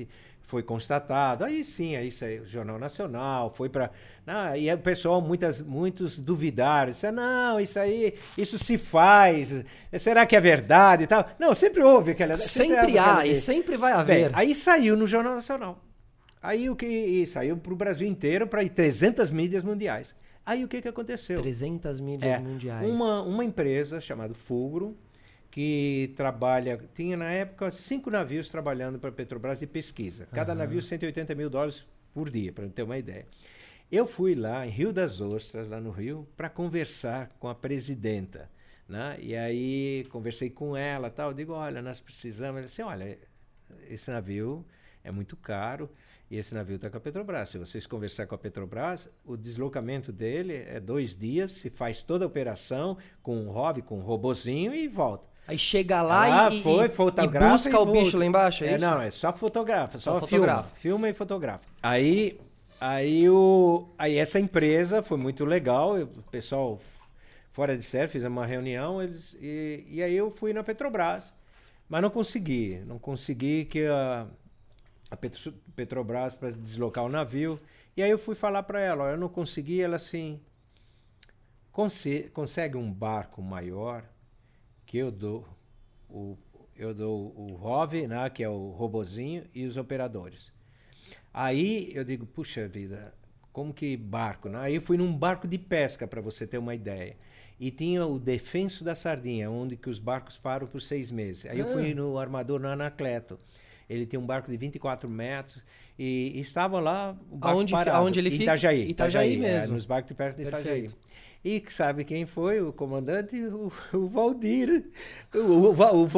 Speaker 2: foi constatado. Aí sim, aí saiu o Jornal Nacional, foi para... e aí o pessoal, muitos duvidaram. Disseram, não, isso se faz. Será que é verdade e tal? Não, sempre houve aquela...
Speaker 1: Sempre há e sempre vai haver.
Speaker 2: Bem, aí saiu no Jornal Nacional. Aí saiu para o Brasil inteiro, para 300 mídias mundiais. Aí o que aconteceu?
Speaker 1: 300 mídias mundiais.
Speaker 2: Uma empresa chamada Fulgro, que tinha na época 5 navios trabalhando para a Petrobras de pesquisa. Cada navio $180 mil por dia, para ter uma ideia. Eu fui lá em Rio das Ostras, lá no Rio, para conversar com a presidenta. Né? E aí conversei com ela, tal. Eu digo, olha, nós precisamos... Ela disse, olha, esse navio é muito caro e esse navio está com a Petrobras. Se vocês conversarem com a Petrobras, o deslocamento dele é 2 dias, se faz toda a operação com um ROV, com um robozinho e volta.
Speaker 1: Aí chega lá e busca o bicho lá embaixo, é isso?
Speaker 2: Não, é só fotografa, só
Speaker 1: fotografa.
Speaker 2: Filma e fotografa. Aí essa empresa foi muito legal, o pessoal fora de série, fizemos uma reunião, e aí eu fui na Petrobras, mas não consegui que a Petrobras para deslocar o navio, e aí eu fui falar para ela, eu não consegui, ela assim, consegue um barco maior que eu dou o ROV, né, que é o robozinho, e os operadores. Aí eu digo, puxa vida, como que barco? Né? Aí eu fui num barco de pesca, para você ter uma ideia. E tinha o Defenso da Sardinha, onde que os barcos param por 6 meses. Aí eu fui no armador no Anacleto. Ele tem um barco de 24 metros e estava lá o barco parado.
Speaker 1: Aonde ele fica?
Speaker 2: Itajaí
Speaker 1: mesmo.
Speaker 2: Nos barcos de perto de Itajaí. E sabe quem foi? O comandante? O Valdir. O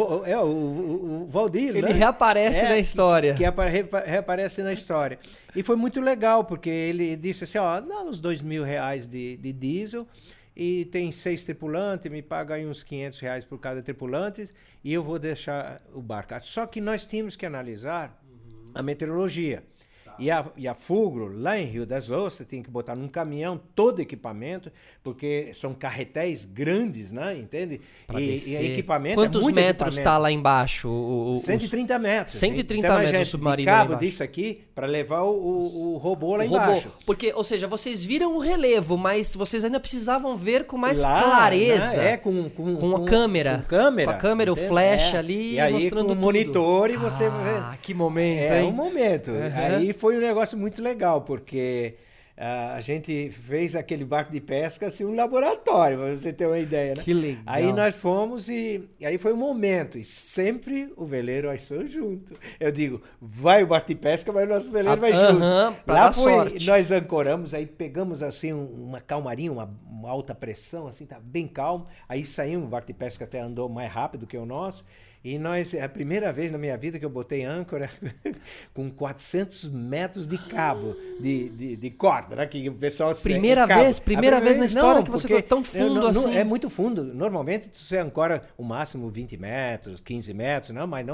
Speaker 2: Valdir,
Speaker 1: ele reaparece na história.
Speaker 2: Que reaparece na história. E foi muito legal, porque ele disse assim, dá uns R$2.000 de diesel e tem 6 tripulantes, me paga aí uns R$500 por cada tripulante e eu vou deixar o barco. Só que nós tínhamos que analisar a meteorologia. E a Fulgro, lá em Rio das Ostras, tem que botar num caminhão todo o equipamento, porque são carretéis grandes, né? Entende? E equipamento
Speaker 1: Quantos metros está lá embaixo?
Speaker 2: 130 metros.
Speaker 1: 130
Speaker 2: então,
Speaker 1: metros o submarino
Speaker 2: de cabo
Speaker 1: lá embaixo.
Speaker 2: disso aqui para levar o robô lá embaixo.
Speaker 1: Porque, ou seja, vocês viram o relevo, mas vocês ainda precisavam ver com mais clareza.
Speaker 2: Né?
Speaker 1: Com a câmera. Com a câmera,
Speaker 2: entende?
Speaker 1: o flash ali,
Speaker 2: e aí,
Speaker 1: mostrando
Speaker 2: com o monitor e você vê.
Speaker 1: Que momento, hein?
Speaker 2: É um momento. Aí foi um negócio muito legal, porque a gente fez aquele barco de pesca assim, um laboratório, para você ter uma ideia, né?
Speaker 1: Que legal.
Speaker 2: Aí nós fomos e aí foi um momento, e sempre o veleiro achou junto. Eu digo, vai o barco de pesca, mas o nosso veleiro vai junto. Lá foi, sorte. Nós ancoramos, aí pegamos assim uma calmaria, uma alta pressão, assim, tá bem calmo. Aí saímos, o barco de pesca até andou mais rápido que o nosso. E é a primeira vez na minha vida que eu botei âncora com 400 metros de cabo, de corda, né? Que o pessoal...
Speaker 1: Primeira vez na história que você ficou tão fundo assim?
Speaker 2: É muito fundo. Normalmente você ancora o máximo 20 metros, 15 metros, não, mas não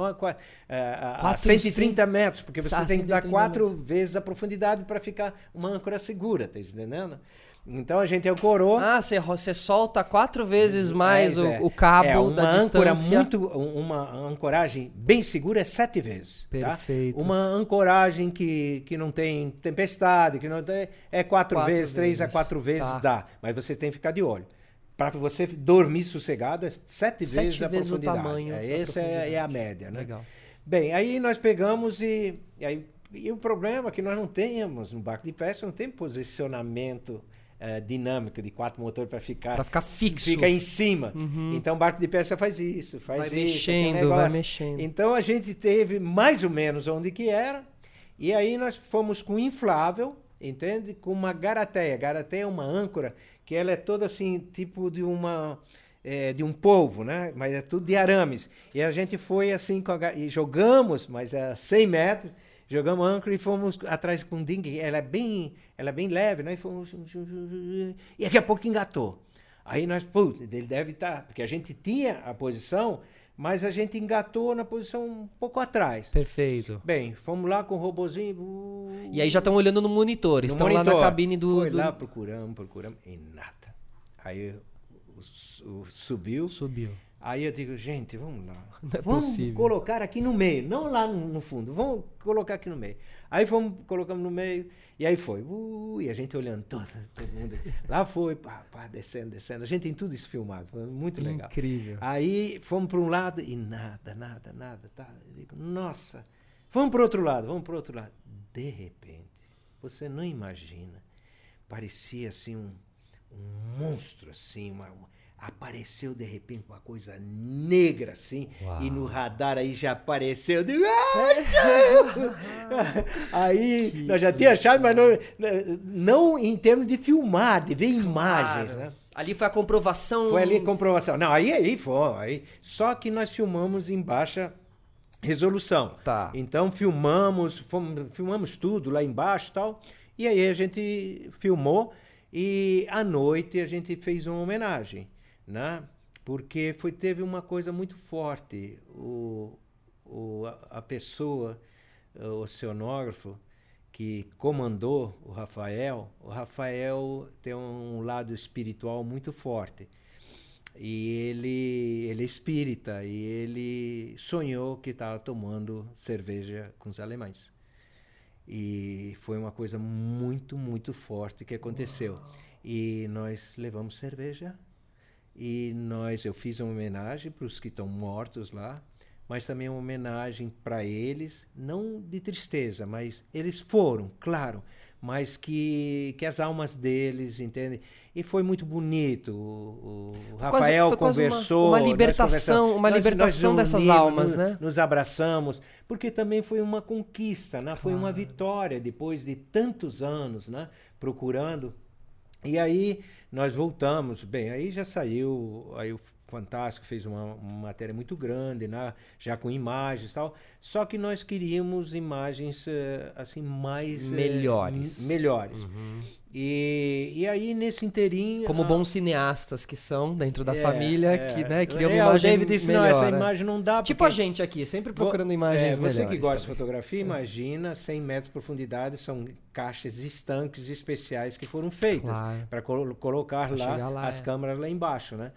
Speaker 2: a 130 metros, porque você tem que dar 4 vezes a profundidade para ficar uma âncora segura, tá entendendo? Então a gente ancorou.
Speaker 1: Você solta 4 vezes mais o cabo da distância.
Speaker 2: Uma ancoragem bem segura é 7 vezes.
Speaker 1: Perfeito.
Speaker 2: Tá? Uma ancoragem que não tem tempestade, que não tem, é 4 vezes, 3 a 4 vezes dá. Mas você tem que ficar de olho. Para você dormir sossegado é 7 vezes a profundidade.
Speaker 1: O tamanho.
Speaker 2: Essa é a média, né?
Speaker 1: Legal.
Speaker 2: Bem, aí nós pegamos e o problema é que nós não temos, no barco de pesca, não tem posicionamento dinâmico de 4 motores para ficar
Speaker 1: fixo.
Speaker 2: Fica em cima. Então o barco de pesca faz isso, vai
Speaker 1: mexendo.
Speaker 2: Então a gente teve mais ou menos onde que era, e aí nós fomos com inflável, entende? Com uma garateia. Garateia é uma âncora que ela é toda assim, tipo de um polvo, né? Mas é tudo de arames. E a gente foi assim, e jogamos, mas a 100 metros, jogamos âncora e fomos atrás com dingue. Ela é bem leve, né? E fomos... E daqui a pouco engatou. Aí nós, ele deve estar... Porque a gente tinha a posição, mas a gente engatou na posição um pouco atrás.
Speaker 1: Perfeito.
Speaker 2: Bem, fomos lá com o robozinho...
Speaker 1: E aí já estão olhando no monitor. Estão lá na cabine do...
Speaker 2: Foi lá, procuramos, e nada. Aí subiu. Aí eu digo, gente, vamos lá.
Speaker 1: Não é
Speaker 2: vamos
Speaker 1: possível.
Speaker 2: colocar aqui no meio, não lá no fundo, vamos colocar aqui no meio. Aí colocamos no meio, e aí foi. E a gente olhando, todo mundo. Lá foi, descendo. A gente tem tudo isso filmado, foi muito legal.
Speaker 1: Incrível.
Speaker 2: Aí fomos para um lado e nada. Tá? Eu digo, nossa, vamos para o outro lado. De repente, você não imagina, parecia assim um monstro, assim, apareceu de repente uma coisa negra assim. Uau. E no radar aí já apareceu. Eu digo, aí nós já tínhamos achado, mas não em termos de filmar, de ver imagens, né?
Speaker 1: Ali foi a comprovação.
Speaker 2: Foi ali a comprovação. Não, aí foi. Só que nós filmamos em baixa resolução.
Speaker 1: Tá.
Speaker 2: Então filmamos tudo lá embaixo e tal. E aí a gente filmou e à noite a gente fez uma homenagem, né? Porque teve uma coisa muito forte. A pessoa, o oceanógrafo que comandou o Rafael tem um lado espiritual muito forte. E ele é espírita e ele sonhou que estava tomando cerveja com os alemães. E foi uma coisa muito, muito forte que aconteceu. Uau. E nós levamos cerveja e eu fiz uma homenagem para os que estão mortos lá, mas também uma homenagem para eles, não de tristeza, mas eles foram, claro, mas que as almas deles, entende? E foi muito bonito. O Rafael conversou.
Speaker 1: Uma libertação dessas almas, né?
Speaker 2: Nos abraçamos, porque também foi uma conquista, né? Foi uma vitória depois de tantos anos, né? Procurando. E aí nós voltamos. Bem, aí já saiu, aí o Fantástico fez uma matéria muito grande, né? Já com imagens e tal. Só que nós queríamos imagens assim mais
Speaker 1: melhores.
Speaker 2: Uhum. E aí nesse inteirinho...
Speaker 1: Como bons cineastas que são dentro da família, que queriam uma imagem
Speaker 2: o David disse,
Speaker 1: melhor,
Speaker 2: não, essa imagem não dá...
Speaker 1: Tipo a gente aqui, sempre procurando imagens melhores.
Speaker 2: Você que gosta de fotografia, imagina 100 metros de profundidade, são caixas estanques especiais que foram feitas para colocar lá as câmeras lá embaixo, né?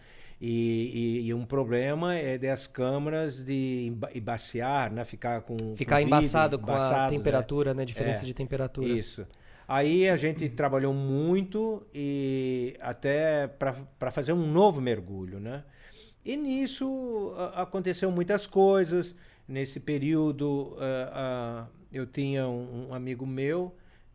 Speaker 2: E um problema é das câmeras de embaciar, né? Ficar
Speaker 1: embaçado com a temperatura, né? Diferença de temperatura.
Speaker 2: Isso. Aí a gente trabalhou muito e até para fazer um novo mergulho, né? E nisso aconteceu muitas coisas. Nesse período eu tinha um amigo meu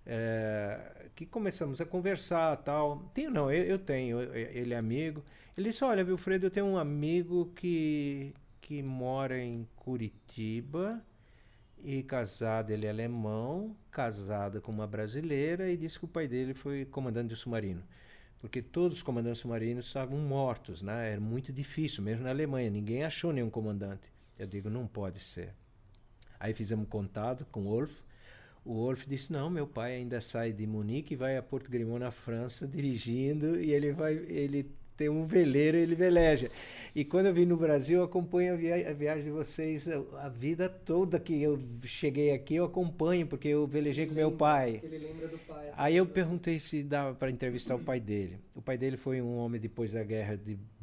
Speaker 2: que começamos a conversar, tal. Eu tenho, ele é amigo. Ele disse, olha, Wilfredo, eu tenho um amigo que mora em Curitiba e casado, ele é alemão, casado com uma brasileira, e disse que o pai dele foi comandante de submarino. Porque todos os comandantes submarinos estavam mortos, né? Era muito difícil, mesmo na Alemanha, ninguém achou nenhum comandante. Eu digo, não pode ser. Aí fizemos contato com o Wolf. O Wolf disse, não, meu pai ainda sai de Munique e vai a Porto Grimont, na França, dirigindo, e ele tem um veleiro, ele veleja. E quando eu vim no Brasil, eu acompanho a viagem de vocês a vida toda que eu cheguei aqui, eu acompanho, porque eu velejei com meu pai.
Speaker 1: Ele lembra do pai.
Speaker 2: Aí eu perguntei se dava para entrevistar o pai dele. O pai dele foi um homem, depois da guerra,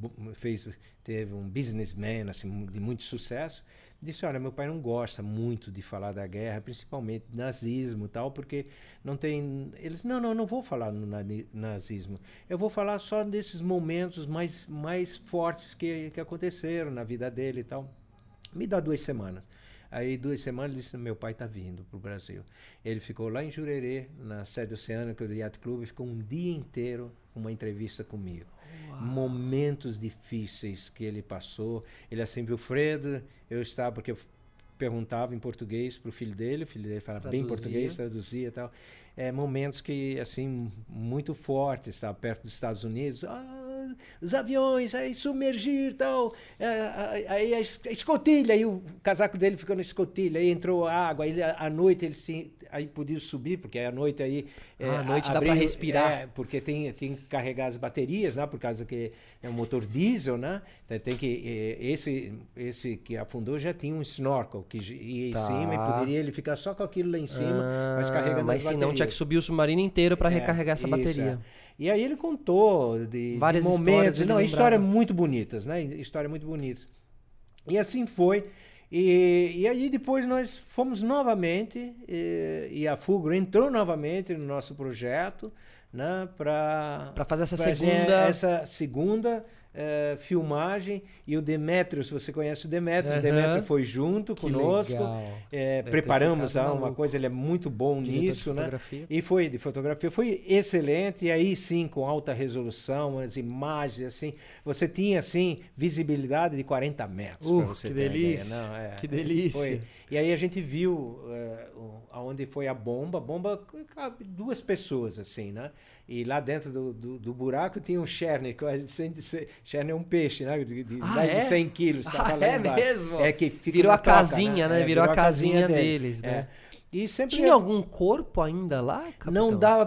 Speaker 2: teve um businessman assim, de muito sucesso. Disse, olha, meu pai não gosta muito de falar da guerra, principalmente nazismo e tal, porque não tem... Eles, não vou falar no nazismo. Eu vou falar só desses momentos mais fortes que aconteceram na vida dele e tal. Me dá 2 semanas. Aí 2 semanas ele disse, meu pai está vindo para o Brasil. Ele ficou lá em Jurerê, na sede oceânica do Yacht Club, e ficou um dia inteiro uma entrevista comigo. Uau. Momentos difíceis que ele passou. Ele assim, Wilfredo, eu estava, porque eu perguntava em português para o filho dele falava bem português, traduzia e tal. Momentos que, assim, muito fortes, estava perto dos Estados Unidos, os aviões, aí submergir e tal, aí a escotilha, aí o casaco dele ficou na escotilha, aí entrou água, aí à noite ele aí podia subir, porque à noite aí...
Speaker 1: à noite dá para respirar.
Speaker 2: Porque tem que carregar as baterias, né, por causa que é um motor diesel, né, então tem que... Esse que afundou já tinha um snorkel, que ia em cima e poderia ele ficar só com aquilo lá em cima, mas carregando as baterias.
Speaker 1: Mas senão tinha que subir o submarino inteiro para recarregar essa bateria.
Speaker 2: E aí ele contou de
Speaker 1: várias
Speaker 2: momentos, histórias
Speaker 1: lembrava.
Speaker 2: muito bonitas, né? Histórias muito bonitas. E assim foi. E aí depois nós fomos novamente, e a Fulgor entrou novamente no nosso projeto, né, para
Speaker 1: fazer
Speaker 2: essa segunda filmagem. E o Demétrio, se você conhece o Demétrio, o Demétrio foi junto conosco. Preparamos uma coisa, ele é muito bom nisso, né? E foi de fotografia, foi excelente. E aí sim, com alta resolução, as imagens, assim, você tinha assim visibilidade de 40 metros. Pra você
Speaker 1: que
Speaker 2: ter
Speaker 1: delícia!
Speaker 2: Ideia. Não,
Speaker 1: que delícia!
Speaker 2: Foi. E aí a gente viu aonde foi a bomba cabe 2 pessoas, assim, né? E lá dentro do buraco tinha um Cherny, Cherny é um peixe, né? De mais de 100 quilos.
Speaker 1: Mesmo?
Speaker 2: Que fica
Speaker 1: virou a
Speaker 2: toca,
Speaker 1: casinha, né? Virou a casinha deles, né?
Speaker 2: E sempre
Speaker 1: tinha algum corpo ainda lá, capitão?
Speaker 2: Não dava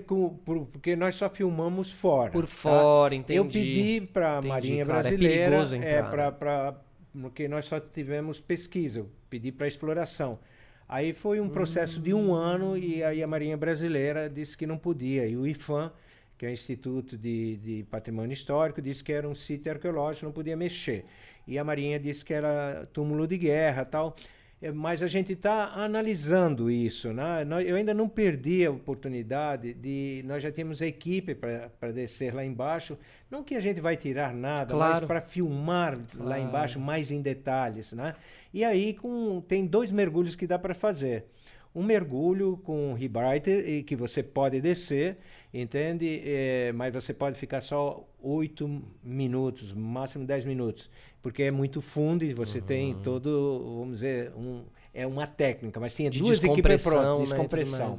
Speaker 2: porque nós só filmamos fora.
Speaker 1: Por fora, entendi.
Speaker 2: Eu pedi para a Marinha Brasileira,
Speaker 1: é perigoso entrar,
Speaker 2: porque nós só tivemos pesquisa, eu pedi para exploração. Aí foi um processo de 1 ano e aí a Marinha Brasileira disse que não podia. E o IPHAN, que é o Instituto de Patrimônio Histórico, disse que era um sítio arqueológico, não podia mexer. E a Marinha disse que era túmulo de guerra e tal. Mas a gente está analisando isso, né? Eu ainda não perdi a oportunidade nós já temos a equipe para descer lá embaixo. Não que a gente vai tirar nada, mas para filmar lá embaixo mais em detalhes, né? E aí tem 2 mergulhos que dá para fazer. Um mergulho com Rebreather, que você pode descer, entende? Mas você pode ficar só 8 minutos, máximo 10 minutos, porque é muito fundo e você tem todo, vamos dizer, é uma técnica, mas tinha 2 equipes prontas, descompressão.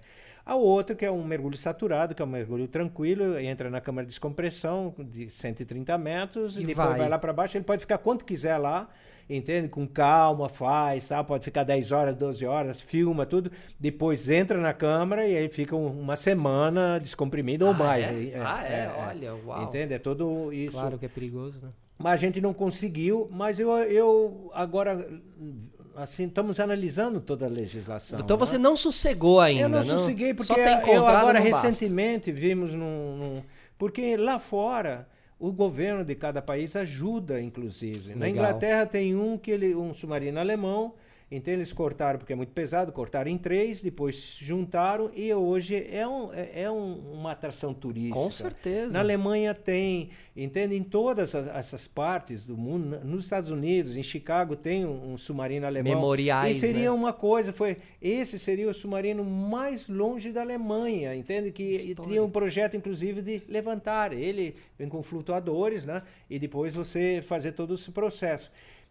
Speaker 2: A outra, que é um mergulho saturado, que é um mergulho tranquilo, entra na câmara de descompressão de 130 metros e depois vai lá para baixo, ele pode ficar quanto quiser lá, entende? Com calma, tá? Pode ficar 10 horas, 12 horas, filma tudo, depois entra na câmara e aí fica uma semana descomprimido ou mais.
Speaker 1: Olha, uau.
Speaker 2: Entende? É todo isso.
Speaker 1: Claro que é perigoso, né?
Speaker 2: Mas a gente não conseguiu, mas eu agora, assim, estamos analisando toda a legislação.
Speaker 1: Então você não sossegou ainda,
Speaker 2: eu não sosseguei, porque eu agora recentemente vimos porque lá fora o governo de cada país ajuda, inclusive.
Speaker 1: Legal.
Speaker 2: Na Inglaterra tem um submarino alemão, então eles cortaram, porque é muito pesado, cortaram em 3, depois juntaram e hoje é uma atração turística.
Speaker 1: Com certeza.
Speaker 2: Na Alemanha tem, entende? Em todas essas partes do mundo, nos Estados Unidos, em Chicago tem um submarino alemão.
Speaker 1: Memoriais,
Speaker 2: e seria
Speaker 1: né?
Speaker 2: uma coisa, esse seria o submarino mais longe da Alemanha, entende? Que tinha um projeto, inclusive, de levantar. Ele vem com flutuadores, né? E depois você fazer todo esse processo.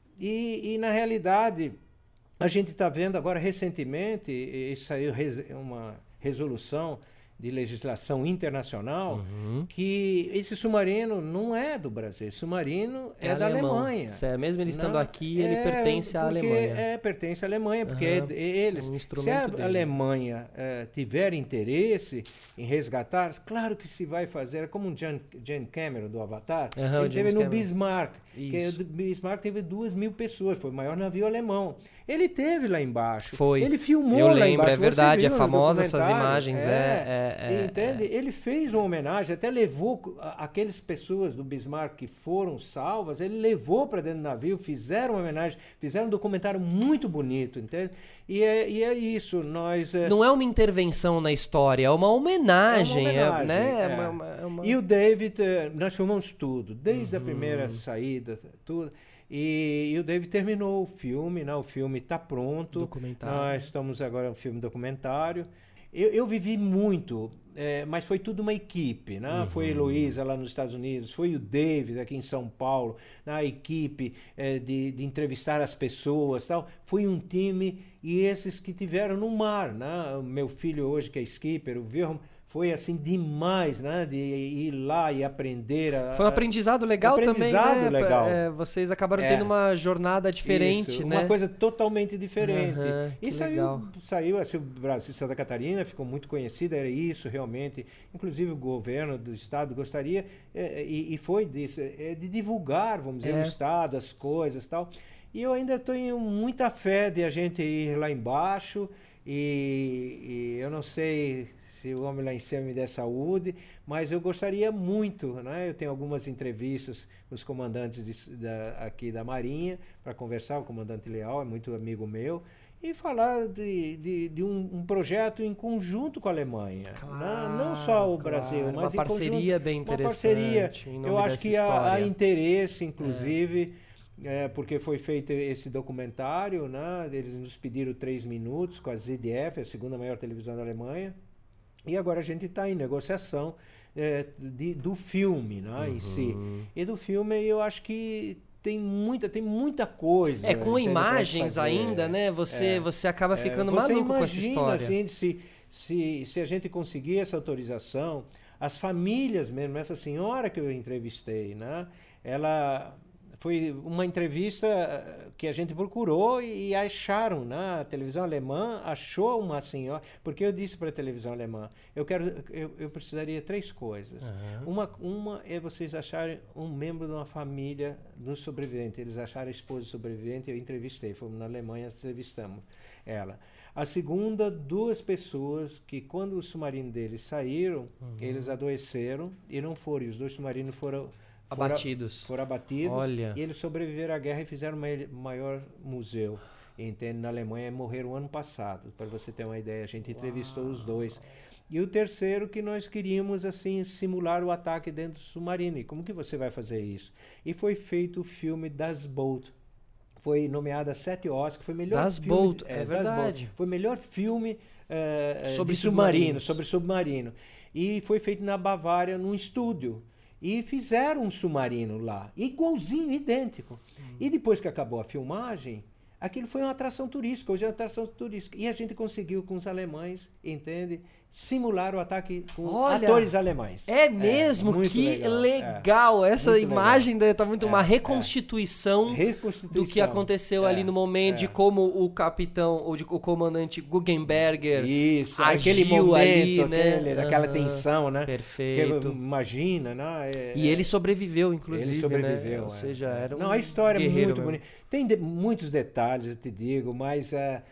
Speaker 2: E na realidade, a gente está vendo agora recentemente, saiu uma resolução de legislação internacional, que esse submarino não é do Brasil, esse submarino é da Alemanha.
Speaker 1: Mesmo ele estando aqui, ele pertence à Alemanha.
Speaker 2: Pertence à Alemanha, porque eles. Se a Alemanha tiver interesse em resgatar, claro que se vai fazer, é como um Jane Cameron do Avatar, ele teve no Bismarck, que o Bismarck teve 2.000 pessoas, foi o maior navio alemão. Ele teve lá embaixo. Ele filmou lá embaixo.
Speaker 1: É verdade, é famosa essas imagens.
Speaker 2: Entende? Ele fez uma homenagem, até levou aquelas pessoas do Bismarck que foram salvas, ele levou para dentro do navio, fizeram uma homenagem, fizeram um documentário muito bonito, entende? E é isso, Não
Speaker 1: é uma intervenção na história, é uma homenagem.
Speaker 2: E o David, nós filmamos tudo, desde a primeira saída, tudo. E o David terminou o filme, né? O filme está pronto. Nós estamos agora no filme documentário. Eu vivi muito, mas foi tudo uma equipe, né? Foi a Heloísa lá nos Estados Unidos, foi o David aqui em São Paulo, na equipe de entrevistar as pessoas, tal. Foi um time, e esses que tiveram no mar, né? O meu filho hoje, que é skipper, o Wilhelm, foi assim demais, né? De ir lá e aprender.
Speaker 1: Foi um aprendizado legal também, né?
Speaker 2: Legal.
Speaker 1: Vocês acabaram tendo uma jornada diferente,
Speaker 2: isso,
Speaker 1: né?
Speaker 2: Uma coisa totalmente diferente. E saiu assim, o Brasil, Santa Catarina ficou muito conhecida, era isso realmente. Inclusive o governo do estado gostaria, e foi disso, de divulgar, vamos dizer, o estado, as coisas e tal. E eu ainda tenho muita fé de a gente ir lá embaixo, e eu não sei se o homem lá em cima me der saúde, mas eu gostaria muito, né? Eu tenho algumas entrevistas com os comandantes aqui da Marinha para conversar, o comandante Leal é muito amigo meu, e falar de um projeto em conjunto com a Alemanha.
Speaker 1: Claro,
Speaker 2: não só o Brasil, mas
Speaker 1: uma parceria bem interessante.
Speaker 2: Uma parceria. Eu acho que há interesse, inclusive, porque foi feito esse documentário, né? Eles nos pediram 3 minutos com a ZDF, a segunda maior televisão da Alemanha, e agora a gente está em negociação do filme, né, em si. E do filme eu acho que tem muita coisa.
Speaker 1: Com imagens ainda, né? Você acaba ficando maluco com essa história.
Speaker 2: Assim, se a gente conseguir essa autorização, as famílias mesmo, essa senhora que eu entrevistei, né? Ela foi uma entrevista que a gente procurou e acharam, né? A televisão alemã achou uma senhora, porque eu disse para a televisão alemã, eu precisaria 3 coisas. Uma é vocês acharem um membro de uma família do sobrevivente. Eles acharam a esposa sobrevivente, eu entrevistei, fomos na Alemanha, entrevistamos ela. A segunda, 2 pessoas que quando o submarino deles saíram, eles adoeceram e não foram, e os 2 submarinos foram abatidos.
Speaker 1: Olha.
Speaker 2: E eles sobreviveram à guerra e fizeram o maior museu, entende, na Alemanha. Morreram ano passado, para você ter uma ideia. A gente entrevistou os 2. E o terceiro, que nós queríamos assim simular o ataque dentro do submarino. E como que você vai fazer isso? E foi feito o filme Das Boot. Foi nomeado a 7 Oscars. Foi melhor
Speaker 1: Das
Speaker 2: filme.
Speaker 1: Boot, é verdade.
Speaker 2: Foi melhor filme
Speaker 1: sobre
Speaker 2: submarino. E foi feito na Bavária, num estúdio. E fizeram um submarino lá, igualzinho, idêntico. E depois que acabou a filmagem, aquilo foi uma atração turística, hoje é uma atração turística. E a gente conseguiu com os alemães, entende? Simular o ataque com atores alemães.
Speaker 1: É mesmo? Que legal! Essa muito imagem está muito uma reconstituição do que aconteceu ali no momento, de como o capitão, ou o comandante Guggenberger
Speaker 2: agiu
Speaker 1: aquele momento,
Speaker 2: ali,
Speaker 1: né?
Speaker 2: Daquela tensão, né?
Speaker 1: Perfeito.
Speaker 2: Porque, imagina, né?
Speaker 1: E ele sobreviveu, inclusive,
Speaker 2: ele sobreviveu,
Speaker 1: né? Ou seja, era
Speaker 2: a história é muito
Speaker 1: mesmo.
Speaker 2: bonita. Tem muitos detalhes, eu te digo, mas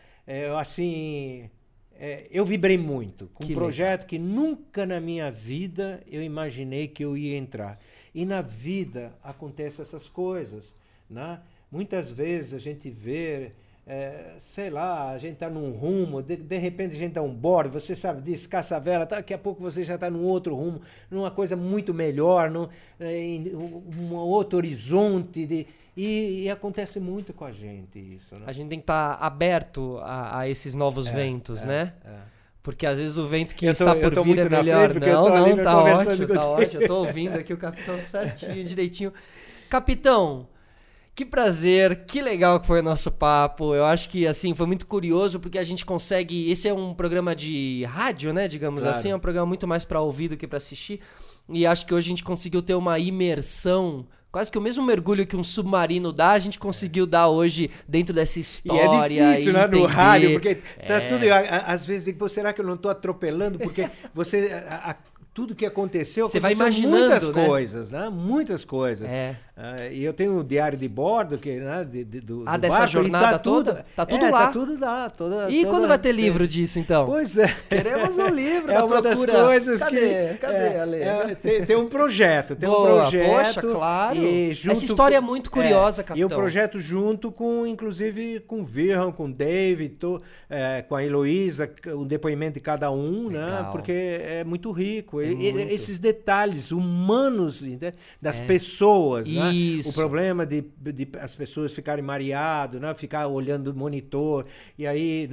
Speaker 2: assim... eu vibrei muito com um projeto que nunca na minha vida eu imaginei que eu ia entrar. E na vida acontecem essas coisas, né? Muitas vezes a gente vê, sei lá, a gente está num rumo, de repente a gente dá um bordo, você sabe disso, caça-vela, daqui a pouco você já está num outro rumo, numa coisa muito melhor, em um outro horizonte E acontece muito com a gente isso, né?
Speaker 1: A gente tem que estar aberto a esses novos ventos, né? Porque às vezes o vento que está por vir é melhor. Não, tá ótimo. Eu tô ouvindo aqui o capitão certinho, direitinho. Capitão, que prazer, que legal que foi o nosso papo. Eu acho que, assim, foi muito curioso porque a gente consegue... Esse é um programa de rádio, né, digamos assim. É um programa muito mais para ouvir do que para assistir. E acho que hoje a gente conseguiu ter uma imersão... Quase que o mesmo mergulho que um submarino dá, a gente conseguiu dar hoje dentro dessa história.
Speaker 2: E é difícil, né, no rádio, porque tá tudo... Às vezes, digo, será que eu não estou atropelando? Porque você... tudo que aconteceu,
Speaker 1: você vai imaginando,
Speaker 2: muitas coisas, né? Muitas coisas. E eu tenho o diário de bordo, que, né, do
Speaker 1: dessa
Speaker 2: barco,
Speaker 1: jornada toda? Tá tudo lá.
Speaker 2: Tá tudo lá.
Speaker 1: Quando vai ter livro disso, então?
Speaker 2: Pois é.
Speaker 1: Queremos um livro
Speaker 2: da procura. Das coisas
Speaker 1: Cadê, Ale?
Speaker 2: Tem um projeto.
Speaker 1: Poxa, claro. Essa história é muito curiosa, capitão.
Speaker 2: E o projeto junto com, inclusive, com o Wilhelm, com o David, com a Heloísa, o depoimento de cada um, né? Porque é muito rico. Esses detalhes humanos, né, das pessoas, né? O problema de as pessoas ficarem mareadas, né? Ficar olhando o monitor e aí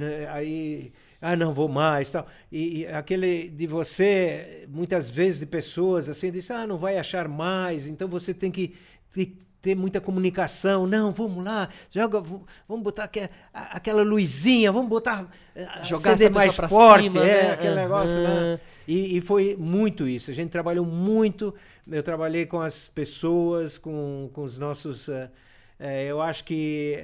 Speaker 2: não vou mais, tal. E aquele de você, muitas vezes de pessoas assim, diz, não vai achar mais, então você tem que ter muita comunicação. Não, vamos lá, vamos botar aquela luzinha, vamos botar
Speaker 1: jogar
Speaker 2: CD mais forte,
Speaker 1: cima, né?
Speaker 2: Aquele negócio, né? E foi muito isso. A gente trabalhou muito. Eu trabalhei com as pessoas, com os nossos. Eu acho que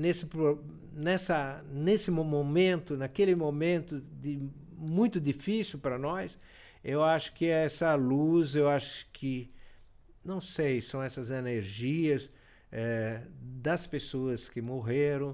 Speaker 2: nesse momento, naquele momento muito difícil para nós, eu acho que essa luz, eu acho que não sei, são essas energias das pessoas que morreram,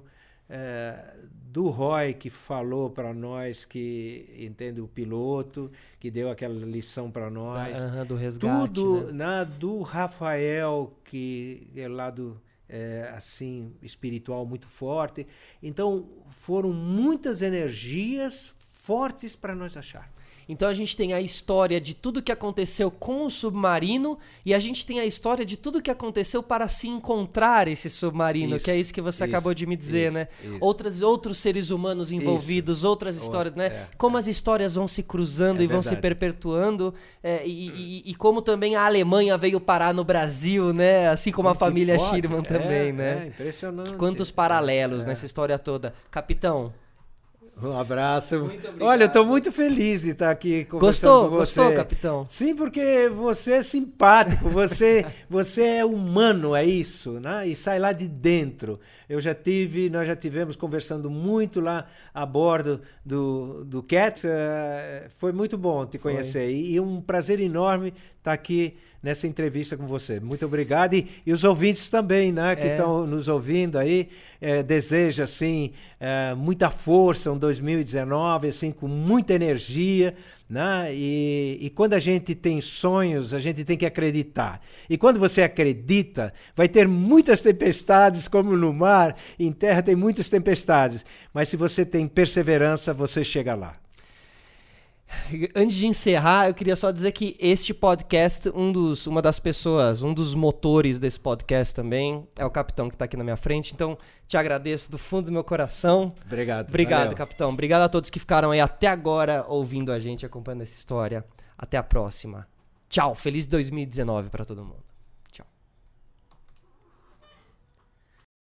Speaker 2: do Roy, que falou para nós, que entende o piloto, que deu aquela lição para nós.
Speaker 1: Do resgate.
Speaker 2: Tudo, né? Do Rafael, que é lado assim, espiritual muito forte. Então, foram muitas energias fortes para nós achar.
Speaker 1: Então a gente tem a história de tudo que aconteceu com o submarino e a gente tem a história de tudo que aconteceu para se encontrar esse submarino, que é isso que você acabou de me dizer, né? Outros seres humanos envolvidos, outras histórias, né? Como as histórias vão se cruzando e vão se perpetuando, e como também a Alemanha veio parar no Brasil, né? Assim como a família Schirman também, né?
Speaker 2: Impressionante.
Speaker 1: Quantos paralelos nessa história toda. Capitão,
Speaker 2: um abraço. Olha, eu estou muito feliz de estar aqui conversando com você.
Speaker 1: Gostou, capitão?
Speaker 2: Sim, porque você é simpático, você é humano, é isso, né? E sai lá de dentro. Nós já tivemos conversando muito lá a bordo do Cats. Foi muito bom te conhecer. E um prazer enorme estar aqui nessa entrevista com você. Muito obrigado. E os ouvintes também, né, que estão nos ouvindo aí. Desejo, assim, muita força, um 2019, assim, com muita energia, né? E quando a gente tem sonhos, a gente tem que acreditar. E quando você acredita, vai ter muitas tempestades, como no mar, em terra tem muitas tempestades. Mas se você tem perseverança, você chega lá.
Speaker 1: Antes de encerrar, eu queria só dizer que este podcast, um dos motores desse podcast também, é o capitão que está aqui na minha frente. Então, te agradeço do fundo do meu coração.
Speaker 2: Obrigado.
Speaker 1: Obrigado, capitão. Obrigado a todos que ficaram aí até agora ouvindo a gente, acompanhando essa história. Até a próxima. Tchau. Feliz 2019 para todo mundo.